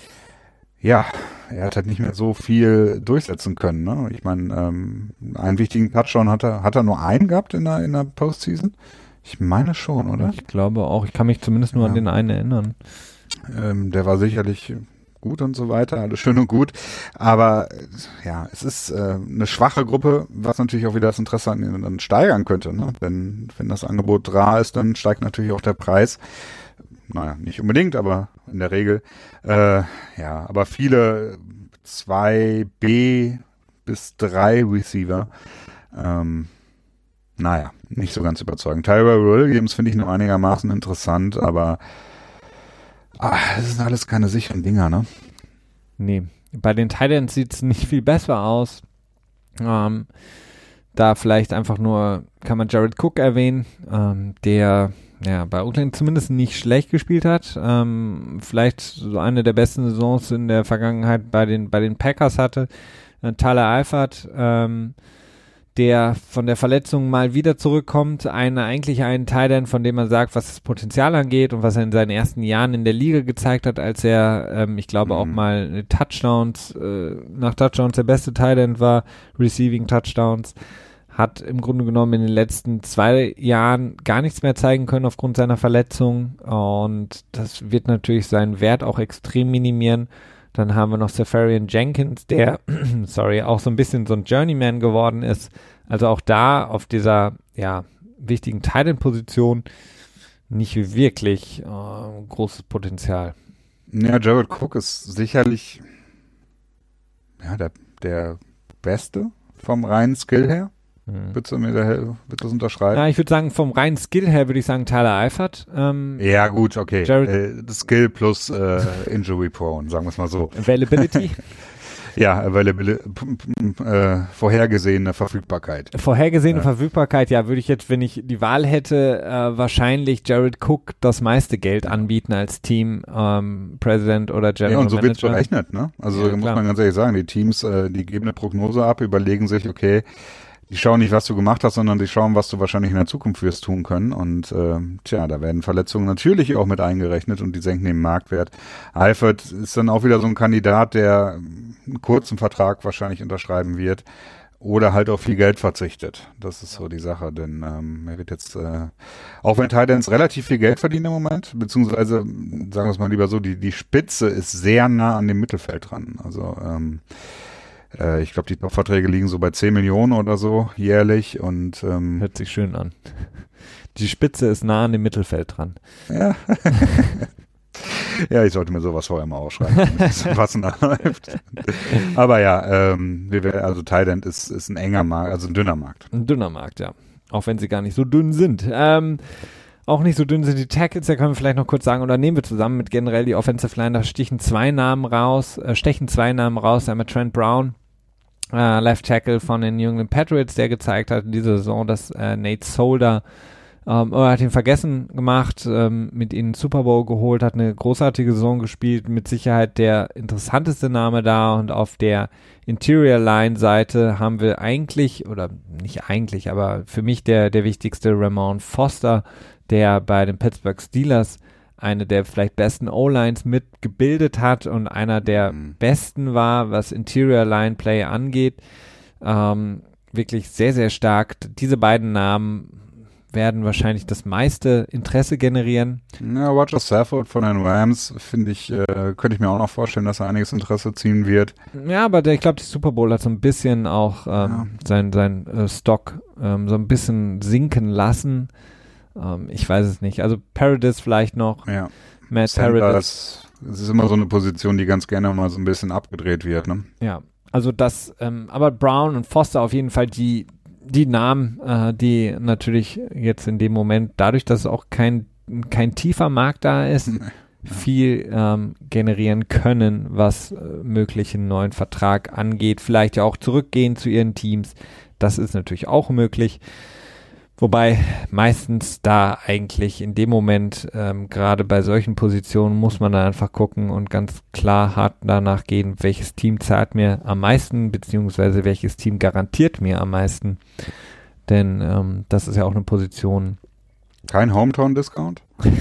ja, er hat halt nicht mehr so viel durchsetzen können. Ne? Ich meine, ähm, einen wichtigen Touchdown hat er, hat er nur einen gehabt in der in der Postseason. Ich meine schon, oder? Ich glaube auch. Ich kann mich zumindest nur ja. an den einen erinnern. Ähm, der war sicherlich gut und so weiter, alles schön und gut. Aber ja, es ist äh, eine schwache Gruppe, was natürlich auch wieder das Interesse an ihnen dann steigern könnte. Ne? Wenn, wenn das Angebot rar ist, dann steigt natürlich auch der Preis. Naja, nicht unbedingt, aber in der Regel. Äh, ja, aber viele zwei B bis drei Receiver, ähm, naja, nicht so ganz überzeugend. Tyrell Williams finde ich noch einigermaßen interessant, aber ah, das sind alles keine sicheren Dinger, ne? Nee, bei den Titans sieht es nicht viel besser aus. Ähm, da vielleicht einfach nur, kann man Jared Cook erwähnen, ähm, der ja bei Oakland zumindest nicht schlecht gespielt hat. Ähm, vielleicht so eine der besten Saisons in der Vergangenheit bei den, bei den Packers hatte. Äh, Tyler Eifert, ähm, der von der Verletzung mal wieder zurückkommt, eine, eigentlich ein Tight End, von dem man sagt, was das Potenzial angeht und was er in seinen ersten Jahren in der Liga gezeigt hat, als er, ähm, ich glaube, mhm. auch mal Touchdowns, äh, nach Touchdowns der beste Tight End war, Receiving Touchdowns, hat im Grunde genommen in den letzten zwei Jahren gar nichts mehr zeigen können aufgrund seiner Verletzung und das wird natürlich seinen Wert auch extrem minimieren. Dann haben wir noch Safarian Jenkins, der, sorry, auch so ein bisschen so ein Journeyman geworden ist. Also auch da auf dieser, ja, wichtigen Tight End Position nicht wirklich äh, großes Potenzial. Ja, Jared Cook ist sicherlich ja, der, der Beste vom reinen Skill her. Hm. Würdest du mir da, würdest du das unterschreiben? Ja, ich würde sagen, vom reinen Skill her würde ich sagen Tyler Eifert. Ähm, ja, gut, okay. Jared, äh, Skill plus äh, Injury Prone, sagen wir es mal so. Availability? Ja, available, äh, vorhergesehene Verfügbarkeit. Vorhergesehene ja. Verfügbarkeit, ja, würde ich jetzt, wenn ich die Wahl hätte, äh, wahrscheinlich Jared Cook das meiste Geld anbieten als Team ähm, President oder General ja, und so Manager. wird's berechnet, ne? Also ja, muss klar. man ganz ehrlich sagen, die Teams, äh, die geben eine Prognose ab, überlegen sich, okay, die schauen nicht, was du gemacht hast, sondern die schauen, was du wahrscheinlich in der Zukunft wirst tun können. Und äh, tja, da werden Verletzungen natürlich auch mit eingerechnet und die senken den Marktwert. Eifert ist dann auch wieder so ein Kandidat, der einen kurzen Vertrag wahrscheinlich unterschreiben wird oder halt auf viel Geld verzichtet. Das ist so die Sache, denn ähm, er wird jetzt, äh, auch wenn Titans relativ viel Geld verdienen im Moment, beziehungsweise, sagen wir es mal lieber so, die, die Spitze ist sehr nah an dem Mittelfeld dran. Also ähm, ich glaube, die Top-Verträge liegen so bei zehn Millionen oder so jährlich und ähm, hört sich schön an. Die Spitze ist nah an dem Mittelfeld dran. Ja. Ja, ich sollte mir sowas vorher mal ausschreiben, was läuft. Aber ja, ähm, wir, also Thailand ist, ist ein enger Markt, also ein dünner Markt. Ein dünner Markt, ja. Auch wenn sie gar nicht so dünn sind. Ähm, Auch nicht so dünn sind die Tackles, da können wir vielleicht noch kurz sagen, oder nehmen wir zusammen mit generell die Offensive Line, da stichen zwei Namen raus, äh, stechen zwei Namen raus, einmal Trent Brown, äh, Left Tackle von den New England Patriots, der gezeigt hat in dieser Saison, dass äh, Nate Solder, ähm, er hat ihn vergessen gemacht, ähm, mit ihnen Super Bowl geholt, hat eine großartige Saison gespielt, mit Sicherheit der interessanteste Name da und auf der Interior Line Seite haben wir eigentlich, oder nicht eigentlich, aber für mich der, der wichtigste Ramon Foster, der bei den Pittsburgh Steelers eine der vielleicht besten O-Lines mitgebildet hat und einer der mhm. besten war, was Interior Line Play angeht. Ähm, wirklich sehr, sehr stark. Diese beiden Namen werden wahrscheinlich das meiste Interesse generieren. Ja, Roger Stafford von den Rams, finde ich, äh, könnte ich mir auch noch vorstellen, dass er einiges Interesse ziehen wird. Ja, aber der, ich glaube, die Super Bowl hat so ein bisschen auch ähm, ja. sein, sein äh, Stock ähm, so ein bisschen sinken lassen. Um, ich weiß es nicht. Also Paradis vielleicht noch. Ja. Matt Sanders, Paradis. Das ist immer so eine Position, die ganz gerne mal so ein bisschen abgedreht wird, ne? Ja, also das, ähm, aber Brown und Foster auf jeden Fall die, die Namen, äh, die natürlich jetzt in dem Moment, dadurch, dass es auch kein, kein tiefer Markt da ist, nee. ja. viel ähm, generieren können, was äh, möglichen neuen Vertrag angeht. Vielleicht ja auch zurückgehen zu ihren Teams. Das ist natürlich auch möglich. Wobei meistens da eigentlich in dem Moment, ähm, gerade bei solchen Positionen, muss man dann einfach gucken und ganz klar hart danach gehen, welches Team zahlt mir am meisten, beziehungsweise welches Team garantiert mir am meisten. Denn ähm, das ist ja auch eine Position. Kein Hometown-Discount?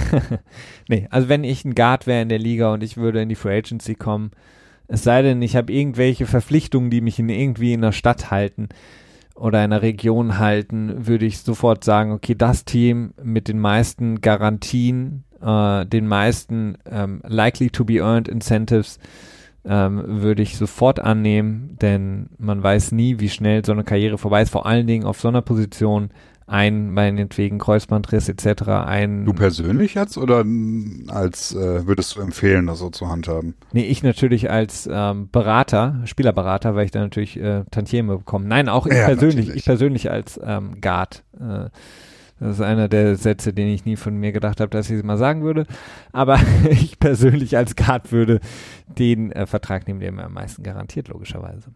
Nee, also wenn ich ein Guard wäre in der Liga und ich würde in die Free Agency kommen, es sei denn, ich habe irgendwelche Verpflichtungen, die mich in irgendwie in der Stadt halten, oder in einer Region halten, würde ich sofort sagen, okay, das Team mit den meisten Garantien, äh, den meisten ähm, likely to be earned Incentives ähm, würde ich sofort annehmen, denn man weiß nie, wie schnell so eine Karriere vorbei ist, vor allen Dingen auf so einer Position, ein, meinetwegen Kreuzbandriss et cetera. Ein Du persönlich jetzt oder als äh, würdest du empfehlen, das so zu handhaben? Nee, ich natürlich als ähm, Berater, Spielerberater, weil ich da natürlich äh, Tantieme bekomme. Nein, auch ich ja, persönlich, natürlich. ich persönlich als ähm, Guard. Äh, das ist einer der Sätze, den ich nie von mir gedacht habe, dass ich es mal sagen würde. Aber ich persönlich als Guard würde den äh, Vertrag nehmen, der mir am meisten garantiert, logischerweise.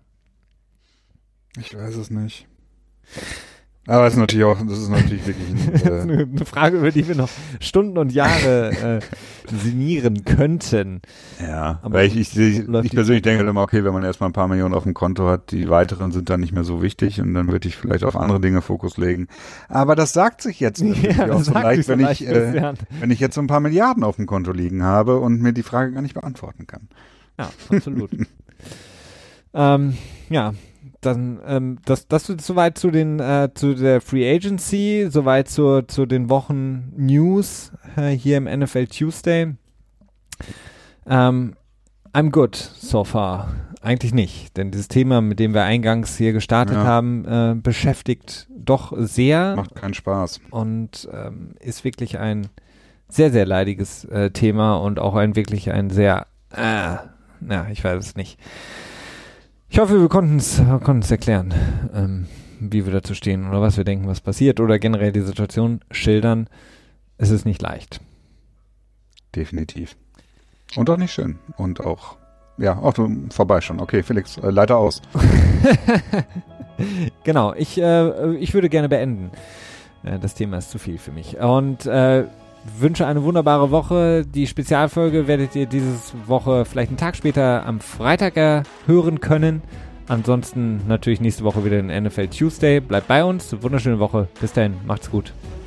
Ich weiß es nicht. Aber es ist natürlich auch, das ist natürlich wirklich ein, äh, das ist eine Frage, über die wir noch Stunden und Jahre äh, sinnieren könnten. Ja, aber weil ich, ich, ich, ich persönlich denke immer, okay, wenn man erstmal ein paar Millionen auf dem Konto hat, die weiteren sind dann nicht mehr so wichtig und dann würde ich vielleicht auf andere Dinge Fokus legen. Aber das sagt sich jetzt ja, auch so leicht, so wenn leicht, ich, äh, wenn ich jetzt so ein paar Milliarden auf dem Konto liegen habe und mir die Frage gar nicht beantworten kann. Ja, absolut. ähm, ja. Dann, ähm, das, das ist soweit zu den, äh, zu der Free Agency, soweit zu, zu den Wochen News äh, hier im N F L Tuesday. Ähm, I'm good so far. Eigentlich nicht, denn dieses Thema, mit dem wir eingangs hier gestartet ja. haben, äh, beschäftigt doch sehr. Macht keinen Spaß. Und ähm, ist wirklich ein sehr, sehr leidiges äh, Thema und auch ein wirklich ein sehr, äh, ja, ich weiß es nicht. Ich hoffe, wir konnten es konnten es erklären, ähm, wie wir dazu stehen oder was wir denken, was passiert oder generell die Situation schildern. Es ist nicht leicht. Definitiv. Und auch nicht schön. Und auch ja, auch vorbei schon. Okay, Felix, äh, leite aus. Genau, ich, äh, ich würde gerne beenden. Äh, das Thema ist zu viel für mich. Und äh, wünsche eine wunderbare Woche. Die Spezialfolge werdet ihr diese Woche vielleicht einen Tag später am Freitag äh, hören können. Ansonsten natürlich nächste Woche wieder den N F L Tuesday. Bleibt bei uns. Wunderschöne Woche. Bis dahin. Macht's gut.